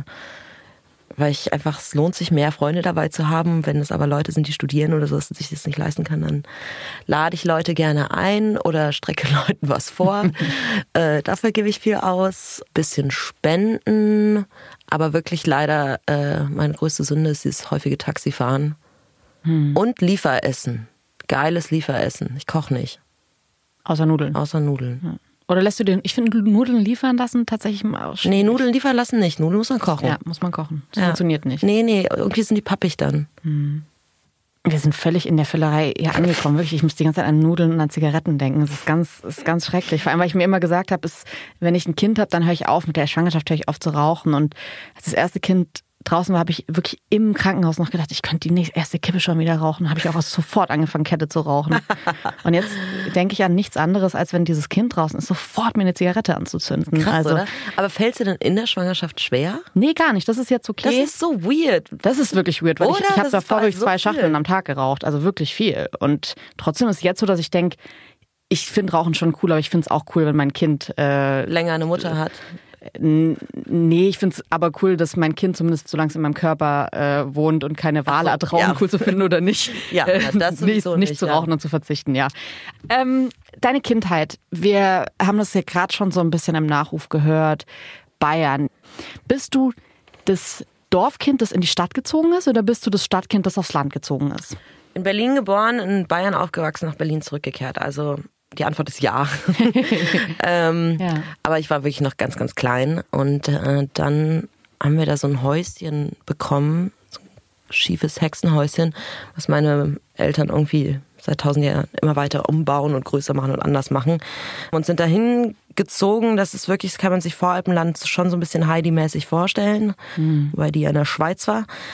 weil ich einfach, es lohnt sich mehr Freunde dabei zu haben. Wenn es aber Leute sind, die studieren oder so, dass sich das nicht leisten kann, dann lade ich Leute gerne ein oder strecke Leuten was vor. äh, dafür gebe ich viel aus. Bisschen spenden, aber wirklich leider äh, meine größte Sünde ist dieses häufige Taxifahren. Hm. Und Lieferessen. Geiles Lieferessen. Ich koche nicht. Außer Nudeln? Außer Nudeln. Hm. Oder lässt du den, ich finde Nudeln liefern lassen tatsächlich mal aus. Nee, Nudeln liefern lassen nicht. Nudeln muss man kochen. Ja, muss man kochen. Das ja. funktioniert nicht. Nee, nee, irgendwie sind die pappig dann. Hm. Wir sind völlig in der Völlerei hier angekommen. Wirklich, ich muss die ganze Zeit an Nudeln und an Zigaretten denken. Das ist ganz, das ist ganz schrecklich. Vor allem, weil ich mir immer gesagt habe, ist, wenn ich ein Kind habe, dann höre ich auf. Mit der Schwangerschaft höre ich auf zu rauchen. Und als das erste Kind draußen war, habe ich wirklich im Krankenhaus noch gedacht, ich könnte die nächste erste Kippe schon wieder rauchen. Habe ich auch sofort angefangen, Kette zu rauchen. Und jetzt denke ich an nichts anderes, als wenn dieses Kind draußen ist, sofort mir eine Zigarette anzuzünden. Krass, also, oder? Aber fällt es dir denn in der Schwangerschaft schwer? Nee, gar nicht. Das ist jetzt okay. Das ist so weird. Das ist wirklich weird, weil oder? ich, ich habe davor wirklich so zwei viel. Schachteln am Tag geraucht. Also wirklich viel. Und trotzdem ist es jetzt so, dass ich denke, ich finde Rauchen schon cool, aber ich finde es auch cool, wenn mein Kind äh, länger eine Mutter hat. Nee, ich finde es aber cool, dass mein Kind zumindest, solange es in meinem Körper äh, wohnt und keine Wale hat, Rauchen ja. cool zu finden oder nicht. Ja, das nicht, nicht, nicht zu rauchen ja. und zu verzichten, ja. Ähm, deine Kindheit, wir haben das ja gerade schon so ein bisschen im Nachruf gehört. Bayern. Bist du das Dorfkind, das in die Stadt gezogen ist, oder bist du das Stadtkind, das aufs Land gezogen ist? In Berlin geboren, in Bayern aufgewachsen, nach Berlin zurückgekehrt. Also die Antwort ist ja. ähm, ja. Aber ich war wirklich noch ganz, ganz klein. Und äh, dann haben wir da so ein Häuschen bekommen, so ein schiefes Hexenhäuschen, was meine Eltern irgendwie seit tausend Jahren immer weiter umbauen und größer machen und anders machen. Und sind dahin gezogen, das ist wirklich, das kann man sich Voralpenland schon so ein bisschen Heidi-mäßig vorstellen, mhm. weil die ja in der Schweiz war.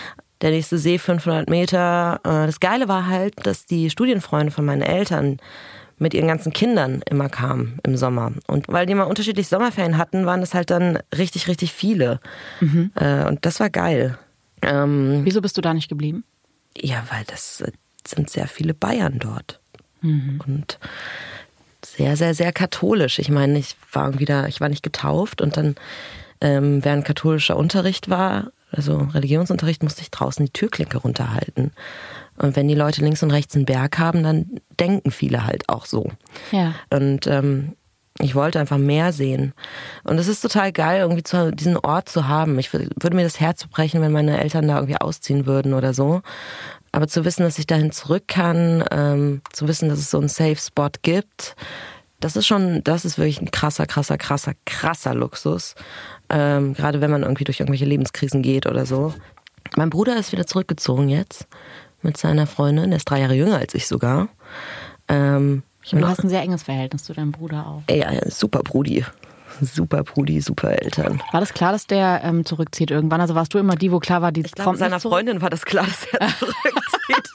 der nächste See fünfhundert Meter. Das Geile war halt, dass die Studienfreunde von meinen Eltern mit ihren ganzen Kindern immer kamen im Sommer. Und weil die immer unterschiedlich Sommerferien hatten, waren das halt dann richtig, richtig viele. Mhm. Und das war geil. Ähm, Wieso bist du da nicht geblieben? Ja, weil das sind sehr viele Bayern dort. Mhm. Und sehr, sehr, sehr katholisch. Ich meine, ich war wieder, ich war nicht getauft und dann, ähm, während katholischer Unterricht war, also Religionsunterricht, musste ich draußen die Türklinke runterhalten. Und wenn die Leute links und rechts einen Berg haben, dann denken viele halt auch so. Ja. Und ähm, ich wollte einfach mehr sehen. Und es ist total geil, irgendwie zu, diesen Ort zu haben. Ich würde mir das Herz brechen, wenn meine Eltern da irgendwie ausziehen würden oder so. Aber zu wissen, dass ich dahin zurück kann, ähm, zu wissen, dass es so einen Safe Spot gibt, das ist schon, das ist wirklich ein krasser, krasser, krasser, krasser Luxus. Ähm, gerade wenn man irgendwie durch irgendwelche Lebenskrisen geht oder so. Mein Bruder ist wieder zurückgezogen jetzt mit seiner Freundin. Der ist drei Jahre jünger als ich sogar. Ähm, du hast ein sehr enges Verhältnis zu deinem Bruder auch. Ja, super Brudi. Super Brudi, super Eltern. War das klar, dass der ähm, zurückzieht irgendwann? Also warst du immer die, wo klar war, die ich glaube, seiner Freundin war das klar, dass er zurückzieht.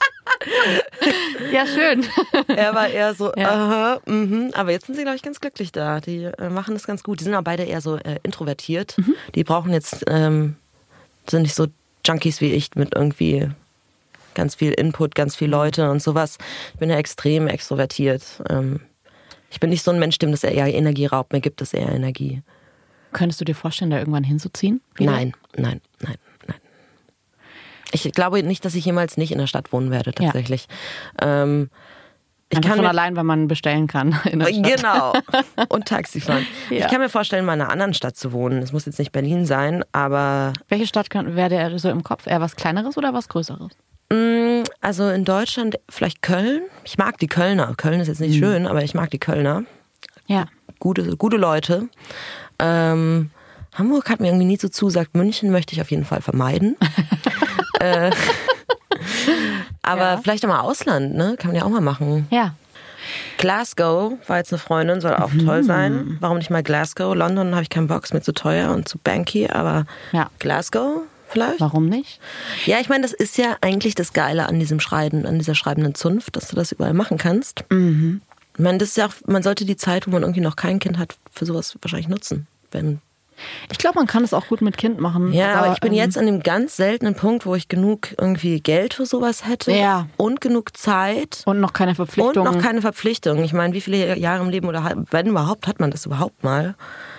Ja, schön. Er war eher so, ja. aha, mhm. Aber jetzt sind sie, glaube ich, ganz glücklich da. Die äh, machen das ganz gut. Die sind auch beide eher so äh, introvertiert. Mhm. Die brauchen jetzt, ähm, sind nicht so Junkies wie ich mit irgendwie ganz viel Input, ganz viel Leute und sowas. Ich bin ja extrem extrovertiert. Ähm, ich bin nicht so ein Mensch, dem das eher Energie raubt. Mir gibt es eher Energie. Könntest du dir vorstellen, da irgendwann hinzuziehen? Wieder? Nein, nein, nein, nein. Ich glaube nicht, dass ich jemals nicht in der Stadt wohnen werde, tatsächlich. Ja. Ähm, ich Einfach kann schon mir, allein, weil man bestellen kann in der Stadt. Genau. Und Taxi fahren. Ja. Ich kann mir vorstellen, mal in einer anderen Stadt zu wohnen. Es muss jetzt nicht Berlin sein, aber... Welche Stadt wäre der so im Kopf? Eher was Kleineres oder was Größeres? Also in Deutschland vielleicht Köln. Ich mag die Kölner. Köln ist jetzt nicht mhm. schön, aber ich mag die Kölner. Ja. Gute, gute Leute. Ähm, Hamburg hat mir irgendwie nie so zusagt. München möchte ich auf jeden Fall vermeiden. äh, aber ja. Vielleicht auch mal Ausland, ne? Kann man ja auch mal machen. Ja. Glasgow war jetzt eine Freundin, soll auch mhm. toll sein. Warum nicht mal Glasgow? London habe ich keinen Bock, ist mir zu teuer und zu banky, aber ja. Glasgow vielleicht? Warum nicht? Ja, ich meine, das ist ja eigentlich das Geile an diesem Schreiben, an dieser schreibenden Zunft, dass du das überall machen kannst. Mhm. Ich meine, das ist ja auch, man sollte die Zeit, wo man irgendwie noch kein Kind hat, für sowas wahrscheinlich nutzen. Wenn ich glaube, man kann es auch gut mit Kind machen. Ja, aber, aber ich bin ähm, jetzt an dem ganz seltenen Punkt, wo ich genug irgendwie Geld für sowas hätte ja. und genug Zeit. Und noch keine Verpflichtung. Und noch keine Verpflichtung. Ich meine, wie viele Jahre im Leben oder wenn überhaupt, hat man das überhaupt mal?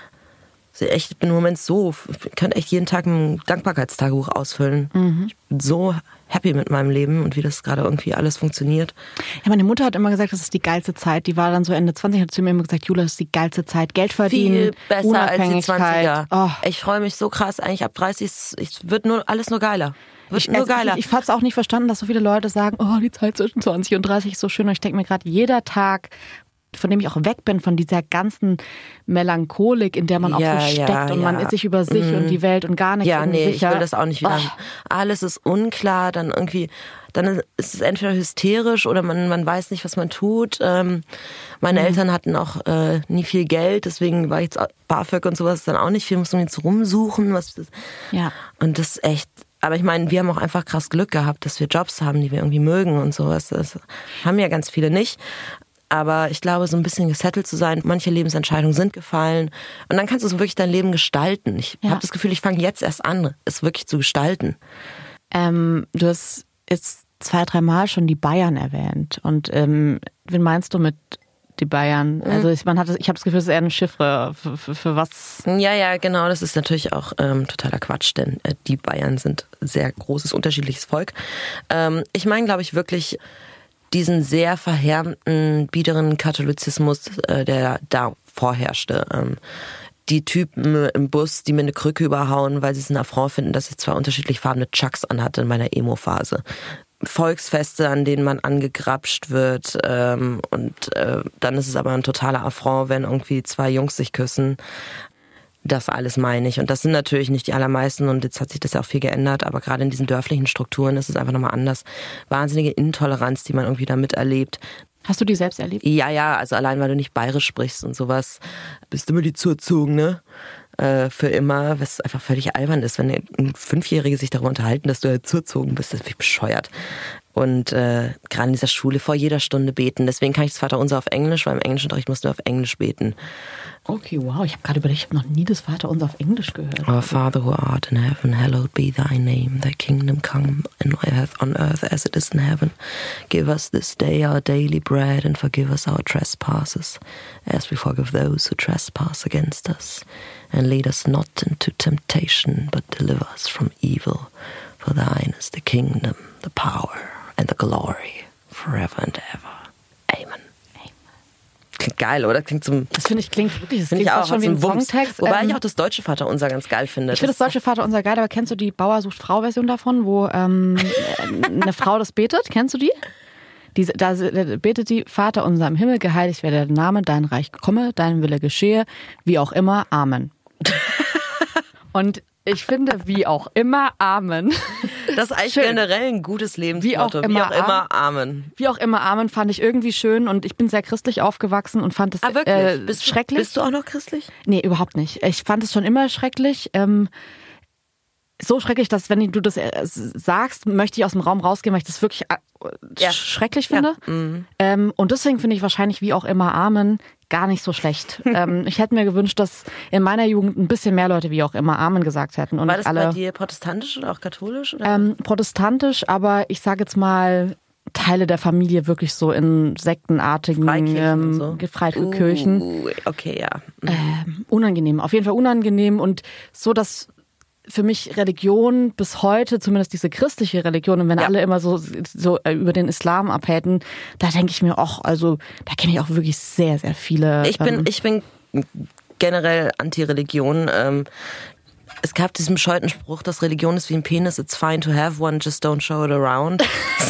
Ich echt, bin im Moment so, ich könnte echt jeden Tag ein Dankbarkeitstagebuch ausfüllen. Mhm. Ich bin so happy mit meinem Leben und wie das gerade irgendwie alles funktioniert. Ja, meine Mutter hat immer gesagt, das ist die geilste Zeit. Die war dann so Ende zwanzig, hat zu mir immer gesagt, Jula, das ist die geilste Zeit. Geld verdienen, viel besser als die zwanziger. Oh. Ich freue mich so krass. Eigentlich ab dreißig wird nur alles nur geiler. Wird ich nur geiler. Ich, ich habe es auch nicht verstanden, dass so viele Leute sagen, oh, die Zeit zwischen zwanzig und dreißig ist so schön. Und ich denke mir gerade, jeder Tag, von dem ich auch weg bin, von dieser ganzen Melancholik, in der man ja, auch so steckt ja, und ja. man ist sich über sich mm. und die Welt und gar nicht ja, nee, sicher. Ich will das auch nicht wieder. Oh. Alles ist unklar, dann irgendwie, dann ist es entweder hysterisch oder man, man weiß nicht, was man tut. Ähm, meine mhm. Eltern hatten auch äh, nie viel Geld, deswegen war jetzt BAföG und sowas dann auch nicht viel, muss man jetzt rumsuchen. Was das, ja. Und das ist echt... Aber ich meine, wir haben auch einfach krass Glück gehabt, dass wir Jobs haben, die wir irgendwie mögen und sowas. Das haben ja ganz viele nicht. Aber ich glaube, so ein bisschen gesettelt zu sein, manche Lebensentscheidungen sind gefallen. Und dann kannst du so wirklich dein Leben gestalten. Ich ja. habe das Gefühl, ich fange jetzt erst an, es wirklich zu gestalten. Ähm, du hast jetzt zwei, drei Mal schon die Bayern erwähnt. Und ähm, wen meinst du mit die Bayern? Mhm. Also ich, man hat, ich habe das Gefühl, es ist eher eine Chiffre. Für, für, für was? Ja, ja, genau. Das ist natürlich auch ähm, totaler Quatsch, denn äh, die Bayern sind ein sehr großes, unterschiedliches Volk. Ähm, ich meine, glaube ich, wirklich diesen sehr verhärmten, biederen Katholizismus, äh, der da vorherrschte. Ähm, die Typen im Bus, die mir eine Krücke überhauen, weil sie es ein Affront finden, dass ich zwei unterschiedlich farbene Chucks anhatte in meiner Emo-Phase. Volksfeste, an denen man angegrapscht wird ähm, und äh, dann ist es aber ein totaler Affront, wenn irgendwie zwei Jungs sich küssen. Das alles meine ich. Und das sind natürlich nicht die allermeisten und jetzt hat sich das ja auch viel geändert, aber gerade in diesen dörflichen Strukturen ist es einfach nochmal anders. Wahnsinnige Intoleranz, die man irgendwie da miterlebt. Hast du die selbst erlebt? Ja, ja, also allein weil du nicht bayerisch sprichst und sowas, bist du immer die Zuzogene. äh, für immer, was einfach völlig albern ist, wenn ein Fünfjährige sich darüber unterhalten, dass du halt zuerzogen bist, das ist wie bescheuert. Und äh, gerade in dieser Schule vor jeder Stunde beten. Deswegen kann ich das Vaterunser auf Englisch, weil im Englischunterricht mussten wir auf Englisch beten. Okay, wow. Ich habe gerade überlegt, ich habe noch nie das Vaterunser auf Englisch gehört. Our Father who art in heaven, hallowed be thy name. Thy kingdom come on earth as it is in heaven. Give us this day our daily bread and forgive us our trespasses, as we forgive those who trespass against us. And lead us not into temptation, but deliver us from evil. For thine is the kingdom, the power and the glory forever and ever. Amen. Klingt geil, oder? Klingt zum. Das finde ich klingt wirklich. Das klingt klingt auch auch schon wie ein Wumms. Songtext. Wobei ähm, ich auch das deutsche Vaterunser ganz geil finde. Ich finde das deutsche Vaterunser geil, aber kennst du die Bauer sucht Frau Version davon, wo ähm, eine Frau das betet? Kennst du die? Die, da betet die: Vater unser im Himmel, geheiligt werde der Name, dein Reich komme, dein Wille geschehe, wie auch immer. Amen. Und ich finde, wie auch immer, Amen. Das ist eigentlich schön. Generell ein gutes Lebensmotto. Wie auch immer, wie auch immer Amen. Wie auch immer, Amen fand ich irgendwie schön und ich bin sehr christlich aufgewachsen und fand es ah, wirklich? äh, bist, schrecklich. Bist du auch noch christlich? Nee, überhaupt nicht. Ich fand es schon immer schrecklich. Ähm, so schrecklich, dass wenn du das sagst, möchte ich aus dem Raum rausgehen, weil ich das wirklich ja. schrecklich finde. Ja. Mhm. Ähm, und deswegen finde ich wahrscheinlich wie auch immer Amen gar nicht so schlecht. ähm, ich hätte mir gewünscht, dass in meiner Jugend ein bisschen mehr Leute wie auch immer Amen gesagt hätten. Und War das alle, bei dir protestantisch oder auch katholisch? Oder? Ähm, protestantisch, aber ich sage jetzt mal Teile der Familie wirklich so in sektenartigen Freikirchen, ähm, so. Freikirchen. Uh, okay, ja. Ähm, unangenehm, auf jeden Fall unangenehm und so, dass für mich Religion bis heute, zumindest diese christliche Religion, und wenn ja. alle immer so, so über den Islam abhäten, da denke ich mir, auch, also da kenne ich auch wirklich sehr, sehr viele. Ich bin, ähm, ich bin generell Anti-Religion. Ähm, es gab diesen bescheuerten Spruch, dass Religion ist wie ein Penis, it's fine to have one, just don't show it around.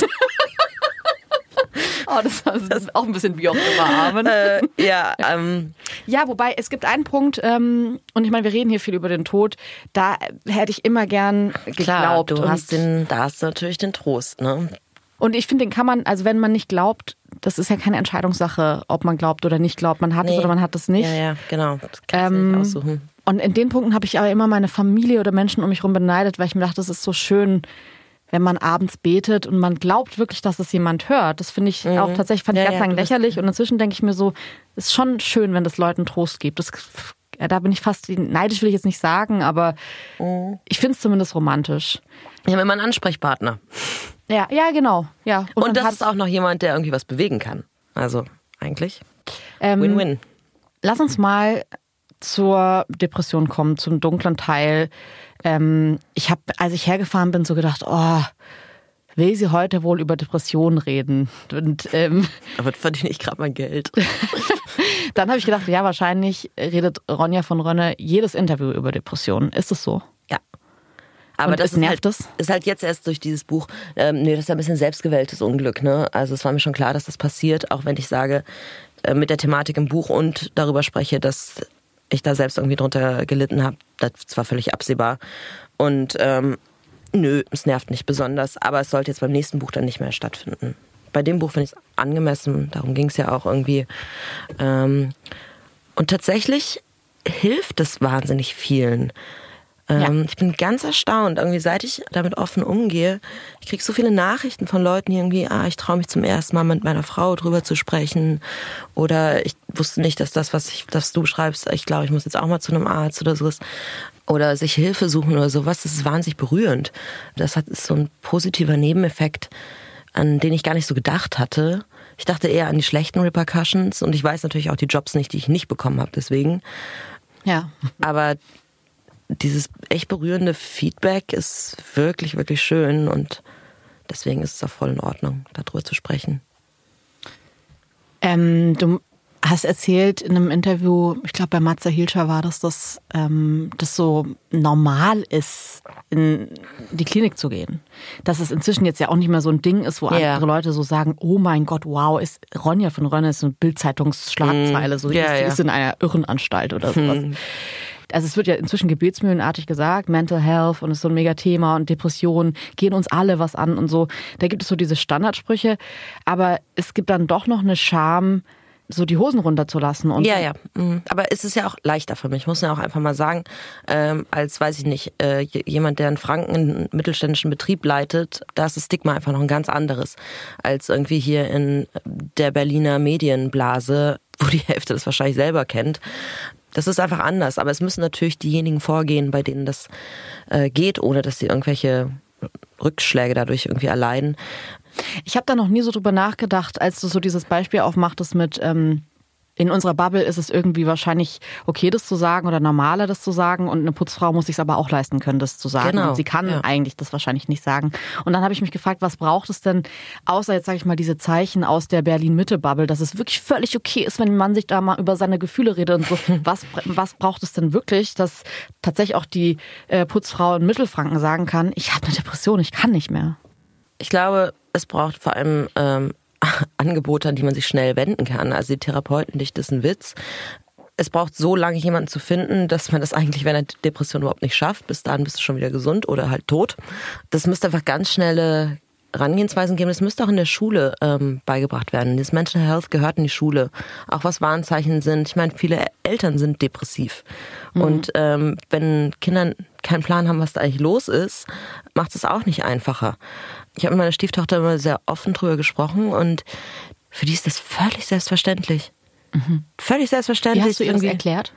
Oh, das, das ist auch ein bisschen wie auch immer Amen. äh, ja, ähm. ja, wobei es gibt einen Punkt, ähm, und ich meine, wir reden hier viel über den Tod, da hätte ich immer gern geglaubt. Klar, du und, hast den, da hast du natürlich den Trost, ne? Und ich finde, den kann man, also wenn man nicht glaubt, das ist ja keine Entscheidungssache, ob man glaubt oder nicht glaubt. Man hat es nee. oder man hat es nicht. Ja, ja, genau. Das kannst du ähm, nicht aussuchen. Und in den Punkten habe ich aber immer meine Familie oder Menschen um mich herum beneidet, weil ich mir dachte, das ist so schön, wenn man abends betet und man glaubt wirklich, dass es jemand hört. Das finde ich mhm. auch tatsächlich, fand ich ja, ganz ja, lang lächerlich. Und inzwischen denke ich mir so, es ist schon schön, wenn das Leuten Trost gibt. Das, da bin ich fast, neidisch will ich jetzt nicht sagen, aber mhm. ich finde es zumindest romantisch. Ich habe immer einen Ansprechpartner. Ja, ja, genau. Ja. Und, und das ist auch noch jemand, der irgendwie was bewegen kann. Also eigentlich ähm, Win-Win. Lass uns mal zur Depression kommen, zum dunklen Teil. Ähm, ich habe, als ich hergefahren bin, so gedacht, oh, will sie heute wohl über Depressionen reden? Und, ähm, aber verdiene ich gerade mein Geld. Dann habe ich gedacht, ja, wahrscheinlich redet Ronja von Rönne jedes Interview über Depressionen. Ist es so? Ja. Aber und das es nervt ist halt, es? ist halt jetzt erst durch dieses Buch, ähm, nee, das ist ja ein bisschen selbstgewähltes Unglück, ne? Also es war mir schon klar, dass das passiert, auch wenn ich sage, äh, mit der Thematik im Buch und darüber spreche, dass ich da selbst irgendwie drunter gelitten habe. Das war völlig absehbar. Und ähm, nö, es nervt nicht besonders, aber es sollte jetzt beim nächsten Buch dann nicht mehr stattfinden. Bei dem Buch finde ich es angemessen, darum ging es ja auch irgendwie. Ähm, und tatsächlich hilft es wahnsinnig vielen. Ja. Ich bin ganz erstaunt, irgendwie seit ich damit offen umgehe. Ich kriege so viele Nachrichten von Leuten, die irgendwie, ah, ich traue mich zum ersten Mal mit meiner Frau drüber zu sprechen. Oder ich wusste nicht, dass das, was ich, dass du schreibst, ich glaube, ich muss jetzt auch mal zu einem Arzt oder sowas. Oder sich Hilfe suchen oder sowas. Das ist wahnsinnig berührend. Das hat, ist so ein positiver Nebeneffekt, an den ich gar nicht so gedacht hatte. Ich dachte eher an die schlechten Repercussions und ich weiß natürlich auch die Jobs nicht, die ich nicht bekommen habe, deswegen. Ja. Aber dieses echt berührende Feedback ist wirklich, wirklich schön und deswegen ist es auch voll in Ordnung, darüber zu sprechen. Ähm, du hast erzählt in einem Interview, ich glaube bei Matze Hilscher war das, dass ähm, das so normal ist, in die Klinik zu gehen. Dass es inzwischen jetzt ja auch nicht mehr so ein Ding ist, wo ja. andere Leute so sagen, oh mein Gott, wow, ist Ronja von Rönne ist eine Bild-Zeitungsschlagzeile, so ja, ist, ja. ist in einer Irrenanstalt oder sowas. Hm. Also es wird ja inzwischen gebetsmühlenartig gesagt, Mental Health und ist so ein Megathema und Depressionen gehen uns alle was an und so. Da gibt es so diese Standardsprüche, aber es gibt dann doch noch eine Scham, so die Hosen runterzulassen. Und ja, ja. Aber es ist ja auch leichter für mich, muss man ja auch einfach mal sagen, ähm, als, weiß ich nicht, äh, jemand, der in Franken einen mittelständischen Betrieb leitet, da ist das Stigma einfach noch ein ganz anderes, als irgendwie hier in der Berliner Medienblase, wo die Hälfte das wahrscheinlich selber kennt. Das ist einfach anders, aber es müssen natürlich diejenigen vorgehen, bei denen das äh, geht, ohne dass sie irgendwelche Rückschläge dadurch irgendwie erleiden. Ich habe da noch nie so drüber nachgedacht, als du so dieses Beispiel aufmachtest mit, ähm, in unserer Bubble ist es irgendwie wahrscheinlich okay, das zu sagen oder normaler, das zu sagen und eine Putzfrau muss sich aber auch leisten können, das zu sagen. Genau. Und sie kann ja. eigentlich das wahrscheinlich nicht sagen. Und dann habe ich mich gefragt, was braucht es denn, außer jetzt sage ich mal diese Zeichen aus der Berlin-Mitte-Bubble, dass es wirklich völlig okay ist, wenn ein Mann sich da mal über seine Gefühle redet und so. Was, was braucht es denn wirklich, dass tatsächlich auch die äh, Putzfrau in Mittelfranken sagen kann, ich habe eine Depression, ich kann nicht mehr? Ich glaube, es braucht vor allem ähm, Angebote, an die man sich schnell wenden kann. Also die Therapeutendichte ist ein Witz. Es braucht so lange, jemanden zu finden, dass man das eigentlich während der Depression überhaupt nicht schafft. Bis dahin bist du schon wieder gesund oder halt tot. Das müsste einfach ganz schnelle Herangehensweisen geben. Das müsste auch in der Schule ähm, beigebracht werden. Das Mental Health gehört in die Schule. Auch was Warnzeichen sind. Ich meine, viele Eltern sind depressiv. Mhm. Und ähm, wenn Kinder keinen Plan haben, was da eigentlich los ist, macht es auch nicht einfacher. Ich habe mit meiner Stieftochter immer sehr offen drüber gesprochen und für die ist das völlig selbstverständlich. Mhm. Völlig selbstverständlich. Wie hast du ihr das erklärt?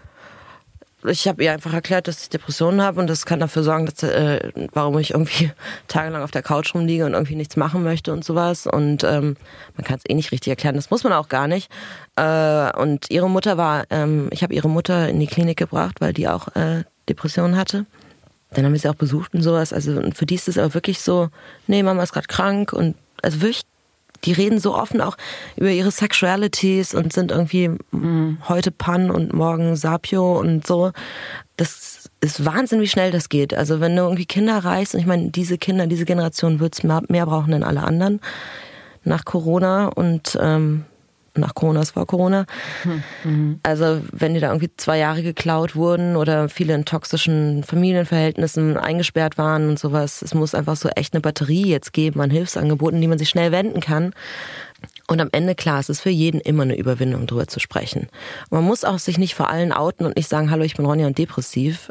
Ich habe ihr einfach erklärt, dass ich Depressionen habe und das kann dafür sorgen, dass, äh, warum ich irgendwie tagelang auf der Couch rumliege und irgendwie nichts machen möchte und sowas. Und ähm, man kann es eh nicht richtig erklären, das muss man auch gar nicht. Äh, und ihre Mutter war, ähm, ich habe ihre Mutter in die Klinik gebracht, weil die auch äh, Depressionen hatte. Dann haben wir sie auch besucht und sowas. Also und für die ist es aber wirklich so, nee, Mama ist gerade krank und also wirklich, die reden so offen auch über ihre Sexualities und sind irgendwie mhm. heute Pan und morgen Sapio und so. Das ist Wahnsinn, wie schnell das geht. Also wenn du irgendwie Kinder reichst, und ich meine, diese Kinder, diese Generation wird es mehr, mehr brauchen denn alle anderen nach Corona und ähm, nach Corona ist vor Corona. Mhm. Also wenn die da irgendwie zwei Jahre geklaut wurden oder viele in toxischen Familienverhältnissen eingesperrt waren und sowas, es muss einfach so echt eine Batterie jetzt geben an Hilfsangeboten, die man sich schnell wenden kann. Und am Ende, klar, es ist für jeden immer eine Überwindung, drüber zu sprechen. Und man muss auch sich nicht vor allen outen und nicht sagen, hallo, ich bin Ronja und depressiv.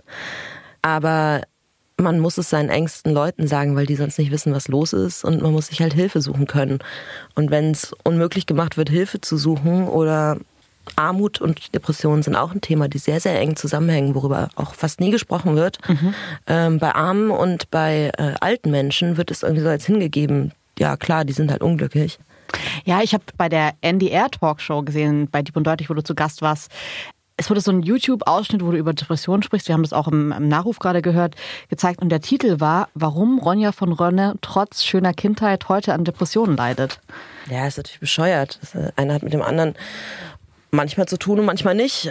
Aber man muss es seinen engsten Leuten sagen, weil die sonst nicht wissen, was los ist und man muss sich halt Hilfe suchen können. Und wenn es unmöglich gemacht wird, Hilfe zu suchen oder Armut und Depressionen sind auch ein Thema, die sehr, sehr eng zusammenhängen, worüber auch fast nie gesprochen wird. Mhm. Ähm, bei Armen und bei äh, alten Menschen wird es irgendwie so als hingegeben, ja klar, die sind halt unglücklich. Ja, ich habe bei der N D R-Talkshow gesehen, bei Dieb und Deutlich, wo du zu Gast warst, es wurde so ein YouTube-Ausschnitt, wo du über Depressionen sprichst, wir haben das auch im, im Nachruf gerade gehört, gezeigt und der Titel war, warum Ronja von Rönne trotz schöner Kindheit heute an Depressionen leidet. Ja, ist natürlich bescheuert. Das eine hat mit dem anderen manchmal zu tun und manchmal nicht.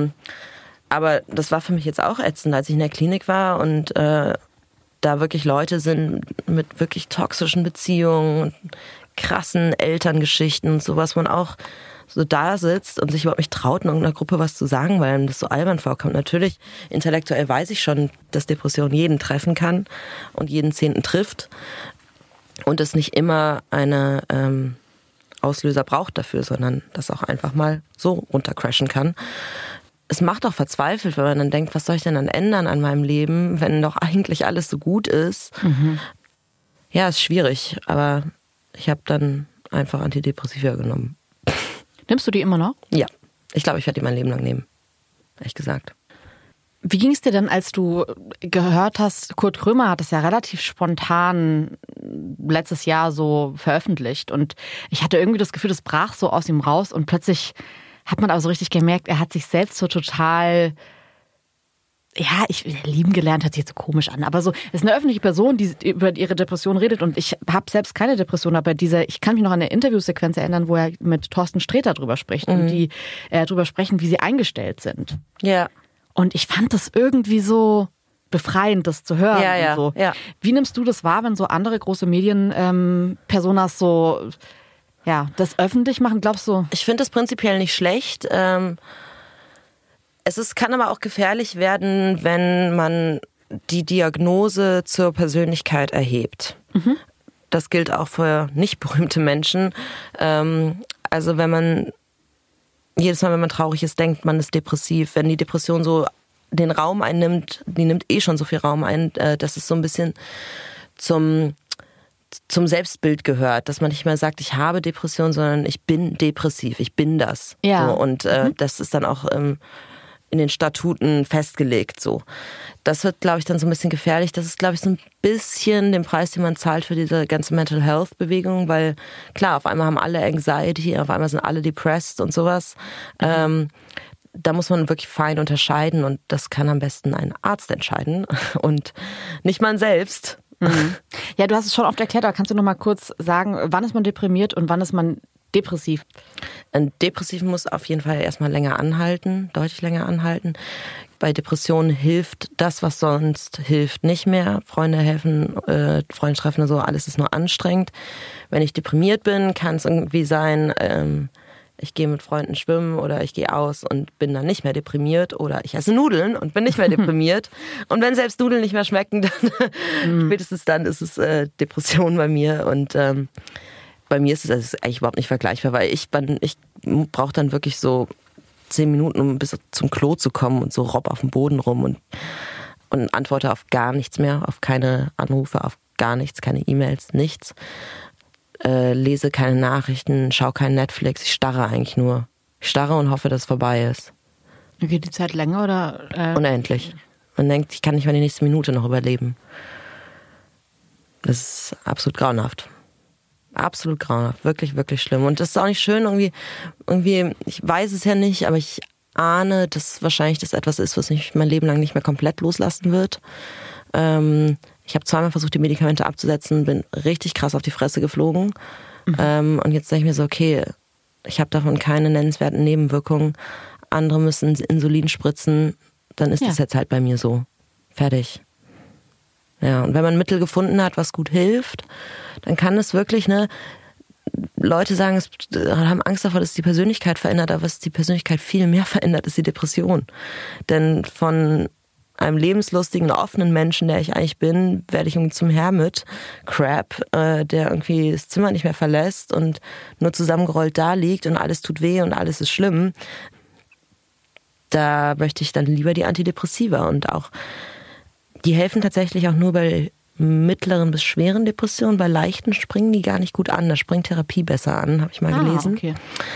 Aber das war für mich jetzt auch ätzend, als ich in der Klinik war und äh, da wirklich Leute sind mit wirklich toxischen Beziehungen und krassen Elterngeschichten und sowas, man auch so da sitzt und sich überhaupt nicht traut, in irgendeiner Gruppe was zu sagen, weil einem das so albern vorkommt. Natürlich, intellektuell weiß ich schon, dass Depression jeden treffen kann und jeden Zehnten trifft und es nicht immer eine ähm, Auslöser braucht dafür, sondern das auch einfach mal so runtercrashen kann. Es macht auch verzweifelt, wenn man dann denkt, was soll ich denn dann ändern an meinem Leben, wenn doch eigentlich alles so gut ist. Mhm. Ja, ist schwierig, aber ich habe dann einfach Antidepressiva genommen. Nimmst du die immer noch? Ja, ich glaube, ich werde die mein Leben lang nehmen, ehrlich gesagt. Wie ging es dir denn, als du gehört hast, Kurt Krömer hat es ja relativ spontan letztes Jahr so veröffentlicht und ich hatte irgendwie das Gefühl, das brach so aus ihm raus und plötzlich hat man aber so richtig gemerkt, er hat sich selbst so total, ja, ich lieben gelernt, hört sich jetzt so komisch an, aber so, es ist eine öffentliche Person, die über ihre Depression redet und ich habe selbst keine Depression, aber diese, ich kann mich noch an eine Interviewsequenz erinnern, wo er mit Thorsten Sträter drüber spricht mhm. und die äh, drüber sprechen, wie sie eingestellt sind. Ja. Und ich fand das irgendwie so befreiend, das zu hören. Ja, ja, und so. Ja. Wie nimmst du das wahr, wenn so andere große Medienpersonas ähm, so ja, das öffentlich machen, glaubst du? Ich finde das prinzipiell nicht schlecht. Ähm, es ist, kann aber auch gefährlich werden, wenn man die Diagnose zur Persönlichkeit erhebt. Mhm. Das gilt auch für nicht berühmte Menschen. Ähm, also wenn man jedes Mal, wenn man traurig ist, denkt man ist depressiv. Wenn die Depression so den Raum einnimmt, die nimmt eh schon so viel Raum ein, dass es so ein bisschen zum, zum Selbstbild gehört, dass man nicht mehr sagt, ich habe Depression, sondern ich bin depressiv, ich bin das. Ja. So, und äh, mhm. das ist dann auch ähm, in den Statuten festgelegt. So. Das wird, glaube ich, dann so ein bisschen gefährlich. Das ist, glaube ich, so ein bisschen den Preis, den man zahlt für diese ganze Mental Health Bewegung, weil klar, auf einmal haben alle Anxiety, auf einmal sind alle depressed und sowas. Mhm. Ähm, da muss man wirklich fein unterscheiden und das kann am besten ein Arzt entscheiden und nicht man selbst. Mhm. Ja, du hast es schon oft erklärt, aber kannst du noch mal kurz sagen, wann ist man deprimiert und wann ist man depressiv? Ein Depressiv muss auf jeden Fall erstmal länger anhalten, deutlich länger anhalten. Bei Depressionen hilft das, was sonst hilft, nicht mehr. Freunde helfen, äh, Freunde treffen und so, alles ist nur anstrengend. Wenn ich deprimiert bin, kann es irgendwie sein, ähm, ich gehe mit Freunden schwimmen oder ich gehe aus und bin dann nicht mehr deprimiert oder ich esse Nudeln und bin nicht mehr deprimiert. Und wenn selbst Nudeln nicht mehr schmecken, dann mm. spätestens dann ist es äh, Depression bei mir. Und ähm, bei mir ist es also eigentlich überhaupt nicht vergleichbar, weil ich, ich brauche dann wirklich so zehn Minuten, um bis zum Klo zu kommen und so robb auf dem Boden rum und, und antworte auf gar nichts mehr, auf keine Anrufe, auf gar nichts, keine E-Mails, nichts. Äh, lese keine Nachrichten, schaue kein Netflix, ich starre eigentlich nur. Ich starre und hoffe, dass es vorbei ist. Okay, die Zeit länger oder? Äh Unendlich. Man denkt, ich kann nicht mal die nächste Minute noch überleben. Das ist absolut grauenhaft. Absolut grauenhaft. Wirklich, wirklich schlimm. Und das ist auch nicht schön, irgendwie, irgendwie, ich weiß es ja nicht, aber ich ahne, dass wahrscheinlich das etwas ist, was mich mein Leben lang nicht mehr komplett loslassen wird. Ähm, Ich habe zweimal versucht, die Medikamente abzusetzen, bin richtig krass auf die Fresse geflogen. Mhm. Ähm, und jetzt denke ich mir so, okay, ich habe davon keine nennenswerten Nebenwirkungen. Andere müssen Insulin spritzen, dann ist ja. das jetzt halt bei mir so. Fertig. Ja, und wenn man ein Mittel gefunden hat, was gut hilft, dann kann es wirklich, ne, Leute sagen, es haben Angst davor, dass die Persönlichkeit verändert, aber was die Persönlichkeit viel mehr verändert, ist die Depression. Denn von einem lebenslustigen, offenen Menschen, der ich eigentlich bin, werde ich irgendwie zum Hermit Crap, äh, der irgendwie das Zimmer nicht mehr verlässt und nur zusammengerollt da liegt und alles tut weh und alles ist schlimm. Da möchte ich dann lieber die Antidepressiva und auch, die helfen tatsächlich auch nur bei mittleren bis schweren Depressionen. Bei leichten springen die gar nicht gut an, da springt Therapie besser an, habe ich mal ah, gelesen. Okay.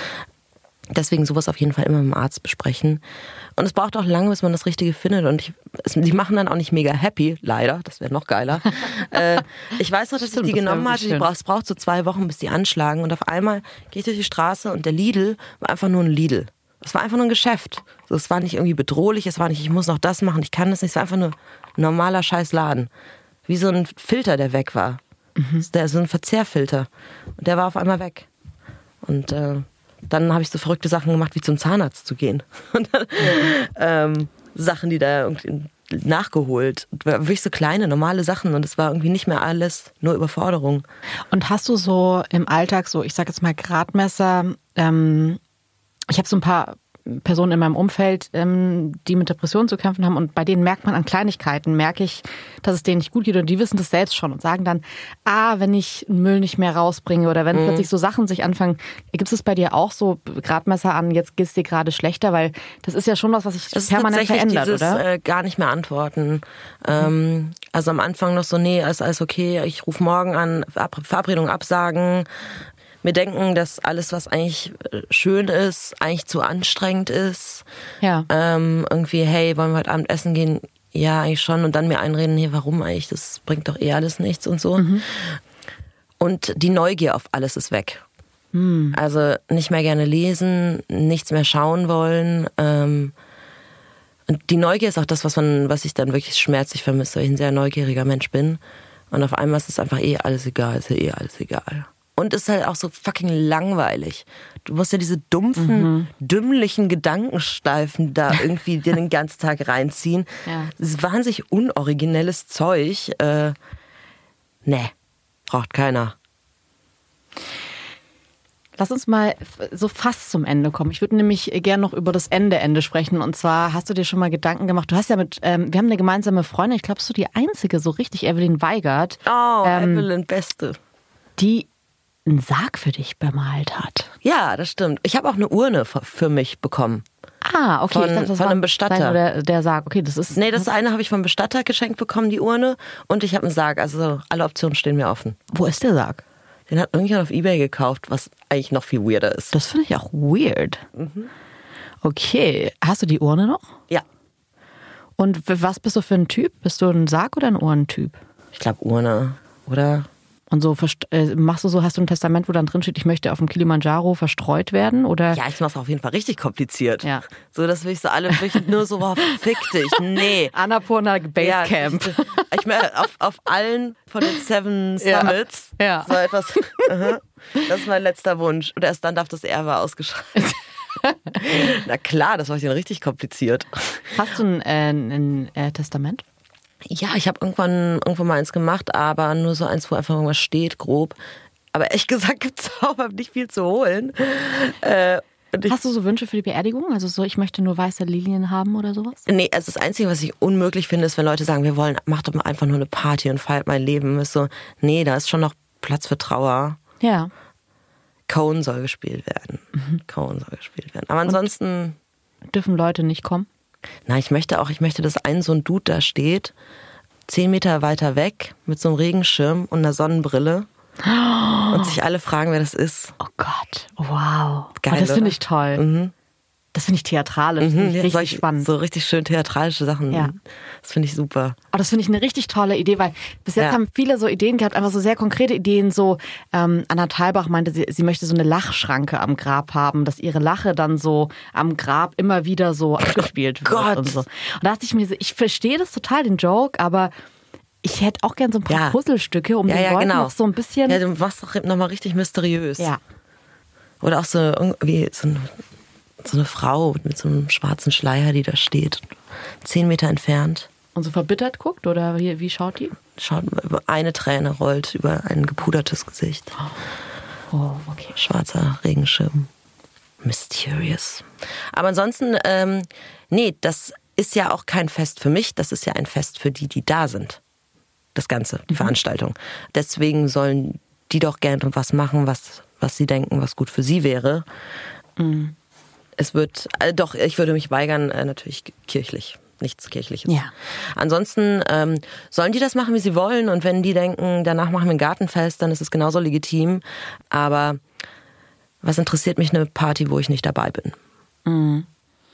Deswegen sowas auf jeden Fall immer mit dem Arzt besprechen. Und es braucht auch lange, bis man das Richtige findet. Und ich, es, die machen dann auch nicht mega happy, leider. Das wäre noch geiler. äh, ich weiß noch, dass Stimmt, ich die genommen hatte. Die braucht, es braucht so zwei Wochen, bis die anschlagen. Und auf einmal gehe ich durch die Straße und der Lidl war einfach nur ein Lidl. Es war einfach nur ein Geschäft. So, es war nicht irgendwie bedrohlich. Es war nicht, ich muss noch das machen, ich kann das nicht. Es war einfach nur ein normaler Scheißladen. Wie so ein Filter, der weg war. Mhm. Der, so ein Verzehrfilter. Und der war auf einmal weg. Und äh, dann habe ich so verrückte Sachen gemacht, wie zum Zahnarzt zu gehen. Und dann, ähm, Sachen, die da irgendwie nachgeholt. Wirklich so kleine, normale Sachen. Und es war irgendwie nicht mehr alles, nur Überforderung. Und hast du so im Alltag so, ich sag jetzt mal Gradmesser, ähm, ich habe so ein paar Personen in meinem Umfeld, ähm, die mit Depressionen zu kämpfen haben und bei denen merkt man an Kleinigkeiten, merke ich, dass es denen nicht gut geht und die wissen das selbst schon und sagen dann, ah, wenn ich Müll nicht mehr rausbringe oder wenn mhm. plötzlich so Sachen sich anfangen, gibt es bei dir auch so Gradmesser an, jetzt geht es dir gerade schlechter, weil das ist ja schon was, was sich das permanent verändert, dieses, oder? Äh, gar nicht mehr antworten. Ähm, also am Anfang noch so, nee, ist alles okay, ich rufe morgen an, Verabredung absagen, mir denken, dass alles, was eigentlich schön ist, eigentlich zu anstrengend ist. Ja. Ähm, irgendwie, hey, wollen wir heute Abend essen gehen? Ja, eigentlich schon. Und dann mir einreden, nee, warum eigentlich? Das bringt doch eh alles nichts und so. Mhm. Und die Neugier auf alles ist weg. Mhm. Also nicht mehr gerne lesen, nichts mehr schauen wollen. Ähm, und die Neugier ist auch das, was man, was ich dann wirklich schmerzlich vermisse, weil ich ein sehr neugieriger Mensch bin. Und auf einmal ist es einfach eh alles egal, ist ja eh alles egal. Und es ist halt auch so fucking langweilig. Du musst ja diese dumpfen, mhm. dümmlichen Gedankenschleifen da irgendwie dir den ganzen Tag reinziehen. Ja. Das ist wahnsinnig unoriginelles Zeug. Äh, nee, braucht keiner. Lass uns mal so fast zum Ende kommen. Ich würde nämlich gerne noch über das Ende Ende sprechen. Und zwar hast du dir schon mal Gedanken gemacht. Du hast ja mit, ähm, wir haben eine gemeinsame Freundin. Ich glaube, bist du die einzige, so richtig, Evelyn Weigert. Oh, ähm, Evelyn, Beste. Die einen Sarg für dich bemalt hat. Ja, das stimmt. Ich habe auch eine Urne für mich bekommen. Ah, okay. Von, ich dachte, das von war einem Bestatter. Dein, der, der Sarg. Okay, das ist... Nee, das eine habe ich vom Bestatter geschenkt bekommen, die Urne. Und ich habe einen Sarg. Also alle Optionen stehen mir offen. Wo ist der Sarg? Den hat irgendjemand auf eBay gekauft, was eigentlich noch viel weirder ist. Das finde ich auch weird. Mhm. Okay. Hast du die Urne noch? Ja. Und was bist du für ein Typ? Bist du ein Sarg- oder ein Urnentyp? Ich glaube Urne, oder? Und so äh, machst du so, hast du ein Testament, wo dann drin steht, ich möchte auf dem Kilimanjaro verstreut werden? Oder? Ja, ich mach's auf jeden Fall richtig kompliziert. Ja. So, dass ich so alle wirklich nur so, wow, fick dich, nee. Annapurna Basecamp. Ja, ich, ich meine, auf, auf allen von den Seven Summits. Ja. Ja. So etwas. Uh-huh. Das ist mein letzter Wunsch. Und erst dann darf das Erbe ausgeschrieben. Na klar, das war dann richtig kompliziert. Hast du ein, äh, ein äh, Testament? Ja, ich habe irgendwann irgendwann mal eins gemacht, aber nur so eins, wo einfach irgendwas steht, grob. Aber ehrlich gesagt gibt es auch nicht viel zu holen. Äh, Hast du so Wünsche für die Beerdigung? Also so, ich möchte nur weiße Lilien haben oder sowas? Nee, also das Einzige, was ich unmöglich finde, ist, wenn Leute sagen, wir wollen, mach doch mal einfach nur eine Party und feiert mein Leben. Ist so, nee, da ist schon noch Platz für Trauer. Ja. Cohen soll gespielt werden. Mhm. Cohen soll gespielt werden. Aber ansonsten... Und dürfen Leute nicht kommen? Na, ich möchte auch, ich möchte, dass ein so ein Dude da steht, zehn Meter weiter weg, mit so einem Regenschirm und einer Sonnenbrille. Oh. Und sich alle fragen, wer das ist. Oh Gott, wow. Geil, oh, das finde ich toll. Mhm. Das finde ich theatralisch, mhm, richtig solch, spannend. So richtig schön theatralische Sachen. Ja. Das finde ich super. Oh, das finde ich eine richtig tolle Idee, weil bis jetzt ja. haben viele so Ideen gehabt, einfach so sehr konkrete Ideen. So ähm, Anna Thalbach meinte, sie, sie möchte so eine Lachschranke am Grab haben, dass ihre Lache dann so am Grab immer wieder so abgespielt wird. Gott. Und so. Und da dachte ich mir, so, ich verstehe das total, den Joke, aber ich hätte auch gern so ein paar ja. Puzzlestücke, um ja, den ja, Leuten genau. noch so ein bisschen... Ja, du machst doch nochmal richtig mysteriös. Ja. Oder auch so irgendwie so eine, so eine Frau mit so einem schwarzen Schleier, die da steht, zehn Meter entfernt. Und so verbittert guckt? Oder wie, wie schaut die? Schaut, eine Träne rollt über ein gepudertes Gesicht. Oh, okay. Schwarzer Regenschirm. Mysterious. Aber ansonsten, ähm, nee, das ist ja auch kein Fest für mich, das ist ja ein Fest für die, die da sind. Das Ganze, die mhm. Veranstaltung. Deswegen sollen die doch gerne was machen, was, was sie denken, was gut für sie wäre. Mhm. Es wird, äh, doch, ich würde mich weigern, äh, natürlich kirchlich. Nichts Kirchliches. Ja. Ansonsten ähm, sollen die das machen, wie sie wollen. Und wenn die denken, danach machen wir ein Gartenfest, dann ist es genauso legitim. Aber was interessiert mich eine Party, wo ich nicht dabei bin? Mhm.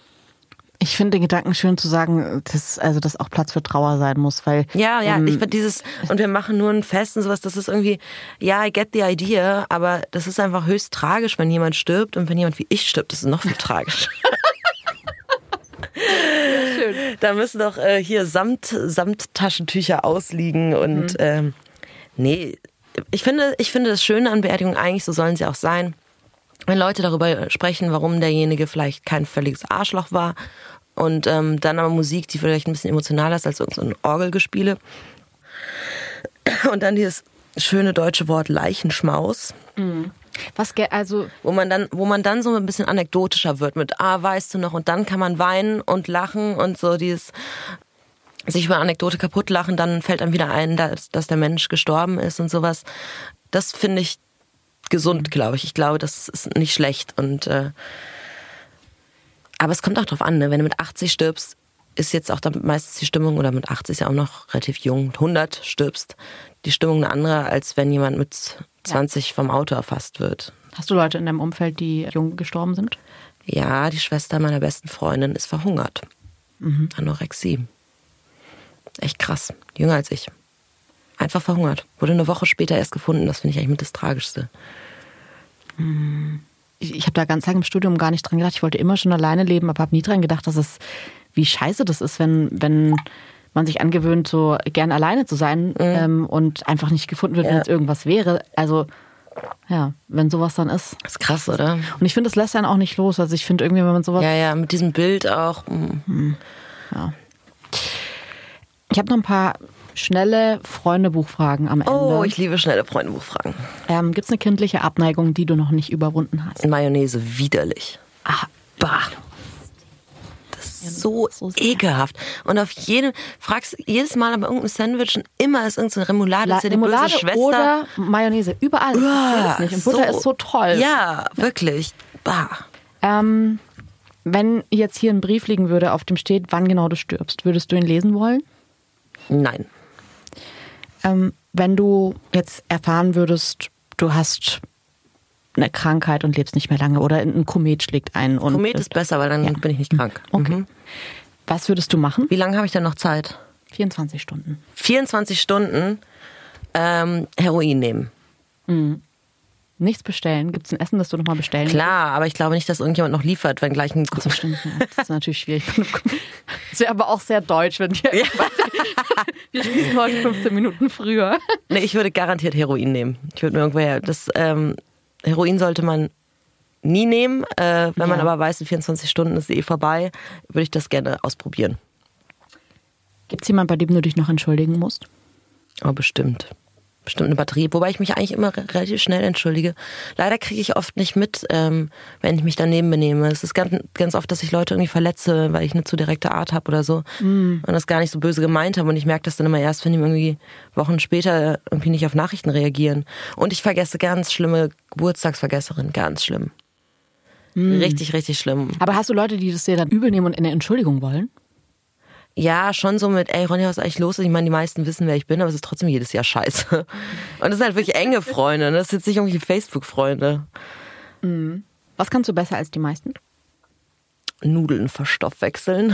Ich finde den Gedanken schön zu sagen, dass, also, dass auch Platz für Trauer sein muss, weil... Ja, ja, ähm, ich finde dieses, und wir machen nur ein Fest und sowas, das ist irgendwie, ja, I get the idea, aber das ist einfach höchst tragisch, wenn jemand stirbt, und wenn jemand wie ich stirbt, das ist noch viel tragischer. Schön. Da müssen doch äh, hier Samt, Samttaschentücher ausliegen und mhm. ähm, nee, ich finde, ich finde das Schöne an Beerdigungen eigentlich, so sollen sie auch sein, wenn Leute darüber sprechen, warum derjenige vielleicht kein völliges Arschloch war, und ähm, dann aber Musik, die vielleicht ein bisschen emotionaler ist als so ein Orgelgespiele. Und dann dieses schöne deutsche Wort Leichenschmaus. Mhm. Was, also wo man dann, wo man dann so ein bisschen anekdotischer wird mit, ah, weißt du noch, und dann kann man weinen und lachen und so dieses sich über Anekdote kaputt lachen, dann fällt einem wieder ein, dass, dass der Mensch gestorben ist und sowas. Das finde ich gesund, glaube ich. Ich glaube, das ist nicht schlecht. Und äh, aber es kommt auch drauf an, ne? Wenn du mit achtzig stirbst, ist jetzt auch dann meistens die Stimmung, oder mit achtzig ist ja auch noch relativ jung, mit hundert stirbst, die Stimmung eine andere, als wenn jemand mit zwanzig ja. vom Auto erfasst wird. Hast du Leute in deinem Umfeld, die jung gestorben sind? Ja, die Schwester meiner besten Freundin ist verhungert. Mhm. Anorexie. Echt krass. Jünger als ich. Einfach verhungert. Wurde eine Woche später erst gefunden. Das finde ich eigentlich mit das Tragischste. Ich, ich habe da ganz lange im Studium gar nicht dran gedacht. Ich wollte immer schon alleine leben, aber habe nie dran gedacht, dass es, wie scheiße das ist, wenn, wenn man sich angewöhnt, so gern alleine zu sein mhm. ähm, und einfach nicht gefunden wird, ja. wenn jetzt irgendwas wäre. Also ja, wenn sowas dann ist. Das ist krass, oder? Und ich finde, das lässt einen auch nicht los. Also ich finde irgendwie, wenn man sowas... Ja, ja, mit diesem Bild auch. Mhm. Ja. Ich habe noch ein paar schnelle Freundebuchfragen am Ende. Oh, ich liebe schnelle Freundebuchfragen. Ähm, Gibt es eine kindliche Abneigung, die du noch nicht überwunden hast? Mayonnaise, widerlich. Ah, bah. Das so, so ekelhaft. Und auf jedem, fragst jedes Mal nach irgendeinem Sandwich und immer ist irgendeine Remoulade, La- ist ja die Remoulade böse Schwester. Oder Mayonnaise, überall. Uah, Ich nicht. Und Butter so, ist so toll. Ja, wirklich. Bah. Ähm, wenn jetzt hier ein Brief liegen würde, auf dem steht, wann genau du stirbst, würdest du ihn lesen wollen? Nein. Ähm, wenn du jetzt erfahren würdest, du hast eine Krankheit und lebst nicht mehr lange oder ein Komet schlägt ein. Und Komet ist besser, weil dann ja. bin ich nicht krank. Okay. Mhm. Was würdest du machen? Wie lange habe ich denn noch Zeit? vierundzwanzig Stunden. vierundzwanzig Stunden ähm, Heroin nehmen. Mhm. Nichts bestellen. Gibt es ein Essen, das du nochmal bestellen Klar, aber ich glaube nicht, dass irgendjemand noch liefert, wenn gleich ein... willst? So stimmt. Ja. Das ist natürlich schwierig. Das wäre aber auch sehr deutsch, wenn wir... Ja. Wir schließen heute fünfzehn Minuten früher. Nee, ich würde garantiert Heroin nehmen. Ich würde mir irgendwer... Das, ähm, Heroin sollte man nie nehmen. Äh, wenn Ja. man aber weiß, in vierundzwanzig Stunden ist eh vorbei, würde ich das gerne ausprobieren. Gibt es jemanden, bei dem du dich noch entschuldigen musst? Oh, bestimmt. Bestimmt eine Batterie. Wobei ich mich eigentlich immer re- relativ schnell entschuldige. Leider kriege ich oft nicht mit, ähm, wenn ich mich daneben benehme. Es ist ganz, ganz oft, dass ich Leute irgendwie verletze, weil ich eine zu direkte Art habe oder so. Mm. Und das gar nicht so böse gemeint habe. Und ich merke das dann immer erst, wenn die irgendwie Wochen später irgendwie nicht auf Nachrichten reagieren. Und ich vergesse ganz schlimme Geburtstagsvergesserinnen. Ganz schlimm. Mm. Richtig, richtig schlimm. Aber hast du Leute, die das dir dann übel nehmen und eine Entschuldigung wollen? Ja, schon so mit, ey Ronja, was ist eigentlich los? Ich meine, die meisten wissen, wer ich bin, aber es ist trotzdem jedes Jahr scheiße. Und das sind halt wirklich enge Freunde, ne? Das sind jetzt nicht irgendwie Facebook-Freunde. Mhm. Was kannst du besser als die meisten? Nudeln verstoffwechseln.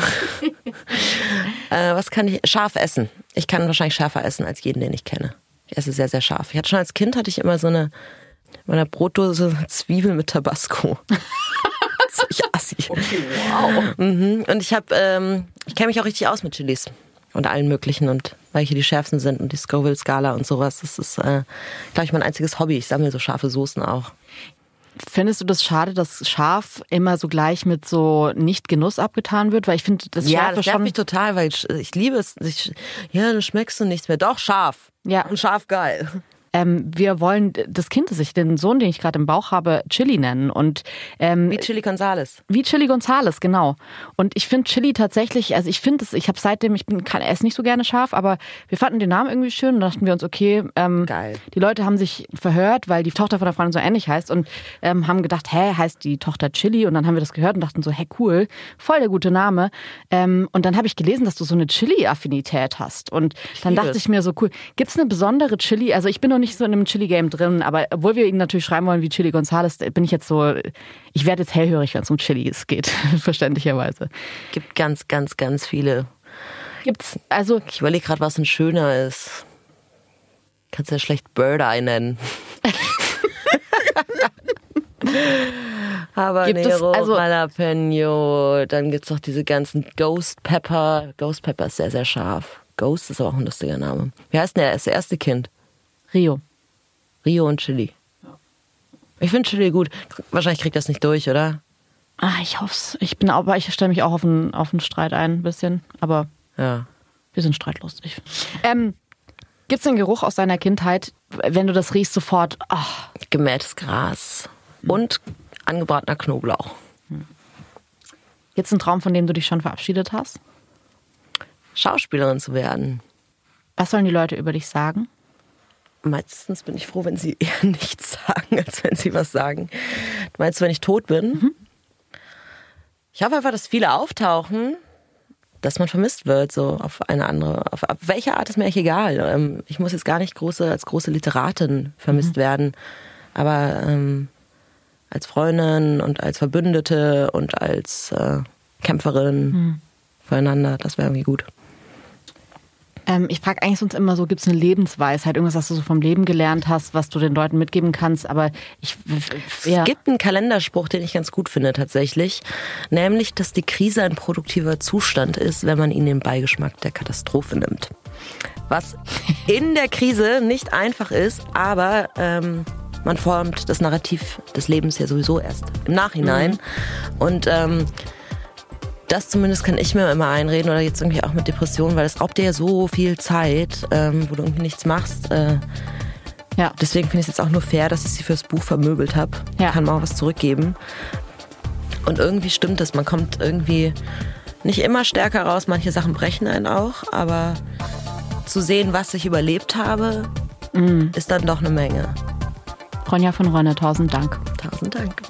äh, was kann ich? Scharf essen. Ich kann wahrscheinlich schärfer essen als jeden, den ich kenne. Ich esse sehr, sehr scharf. Ich hatte schon als Kind hatte ich immer so eine, in meiner Brotdose Zwiebeln mit Tabasco. Ich assi. Okay, wow. Mhm. Und ich habe, ähm, ich kenne mich auch richtig aus mit Chilis und allen möglichen und weil hier die schärfsten sind und die Scoville-Skala und sowas. Das ist, äh, glaube ich, mein einziges Hobby. Ich sammle so scharfe Soßen auch. Findest du das schade, dass scharf immer so gleich mit so Nicht-Genuss abgetan wird? Weil ich finde, das Ja, Schärfe das nervt schon... mich total, weil ich, ich liebe es. Ich, ja, dann schmeckst du nichts mehr. Doch, scharf. Ja. Und scharf geil. Ähm, wir wollen das Kind, das ich, den Sohn, den ich gerade im Bauch habe, Chili nennen. Und, ähm, Wie Chili Gonzales. Wie Chili Gonzales, genau. Und ich finde Chili tatsächlich, also ich finde es, ich habe seitdem, ich bin, kann, esse nicht so gerne scharf, aber wir fanden den Namen irgendwie schön und dachten wir uns, okay, ähm, Geil. Die Leute haben sich verhört, weil die Tochter von der Freundin so ähnlich heißt und ähm, haben gedacht, hä, heißt die Tochter Chili? Und dann haben wir das gehört und dachten so, hä, cool, voll der gute Name. Ähm, und dann habe ich gelesen, dass du so eine Chili-Affinität hast. Und dann liebe dachte es. ich mir so, cool, gibt's eine besondere Chili? Also ich bin noch nicht so in einem Chili-Game drin, aber obwohl wir ihn natürlich schreiben wollen wie Chili Gonzales, bin ich jetzt so, ich werde jetzt hellhörig, wenn es um Chilis geht, verständlicherweise. Gibt ganz, ganz, ganz viele. Gibt's, also, Ich überlege gerade, was ein schöner ist. Kannst ja schlecht Bird Eye nennen. Habanero, also- Jalapeno, dann gibt's noch diese ganzen Ghost Pepper. Ghost Pepper ist sehr, sehr scharf. Ghost ist auch ein lustiger Name. Wie heißt denn der? Das erste Kind. Rio. Rio und Chili. Ich finde Chili gut. Wahrscheinlich kriegt das nicht durch, oder? Ah, ich hoff's. Ich bin aber, ich stelle mich auch auf einen, auf einen Streit ein, ein bisschen. Aber Ja. wir sind streitlustig. Ähm, gibt's einen Geruch aus deiner Kindheit, wenn du das riechst, sofort, ach, Gemähtes Gras. Und angebratener Knoblauch. jetzt ein Traum, von dem du dich schon verabschiedet hast? Schauspielerin zu werden. Was sollen die Leute über dich sagen? Meistens bin ich froh, wenn sie eher nichts sagen, als wenn sie was sagen. Meinst du, wenn ich tot bin? Mhm. Ich hoffe einfach, dass viele auftauchen, dass man vermisst wird, so auf eine andere, auf, auf welche Art ist mir eigentlich egal. Ich muss jetzt gar nicht große, als große Literatin vermisst mhm. werden, aber ähm, als Freundin und als Verbündete und als äh, Kämpferin mhm. füreinander, das wäre irgendwie gut. Ähm, ich frage eigentlich sonst immer so, gibt es eine Lebensweisheit, irgendwas, was du so vom Leben gelernt hast, was du den Leuten mitgeben kannst, aber ich... Ja. Es gibt einen Kalenderspruch, den ich ganz gut finde tatsächlich, nämlich, dass die Krise ein produktiver Zustand ist, wenn man ihn den Beigeschmack der Katastrophe nimmt. Was in der Krise nicht einfach ist, aber ähm, man formt das Narrativ des Lebens ja sowieso erst im Nachhinein. Mhm. Und ähm, das zumindest kann ich mir immer einreden oder jetzt irgendwie auch mit Depressionen, weil es raubt dir ja so viel Zeit, ähm, wo du irgendwie nichts machst. Äh, ja. Deswegen finde ich es jetzt auch nur fair, dass ich sie fürs Buch vermöbelt habe. Ja. Kann man auch was zurückgeben. Und irgendwie stimmt das. Man kommt irgendwie nicht immer stärker raus. Manche Sachen brechen einen auch, aber zu sehen, was ich überlebt habe, mm. ist dann doch eine Menge. Ronja von Rönne, tausend Dank. Tausend Dank.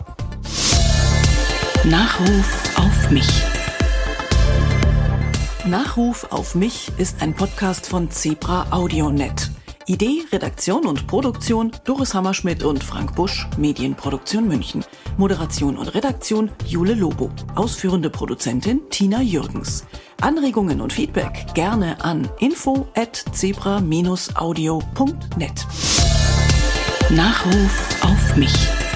Nachruf auf mich. Nachruf auf mich ist ein Podcast von Zebra AudioNet. Idee, Redaktion und Produktion Doris Hammerschmidt und Frank Busch, Medienproduktion München. Moderation und Redaktion Jule Lobo. Ausführende Produzentin Tina Jürgens. Anregungen und Feedback gerne an info at zebra dash audio punkt net. Nachruf auf mich.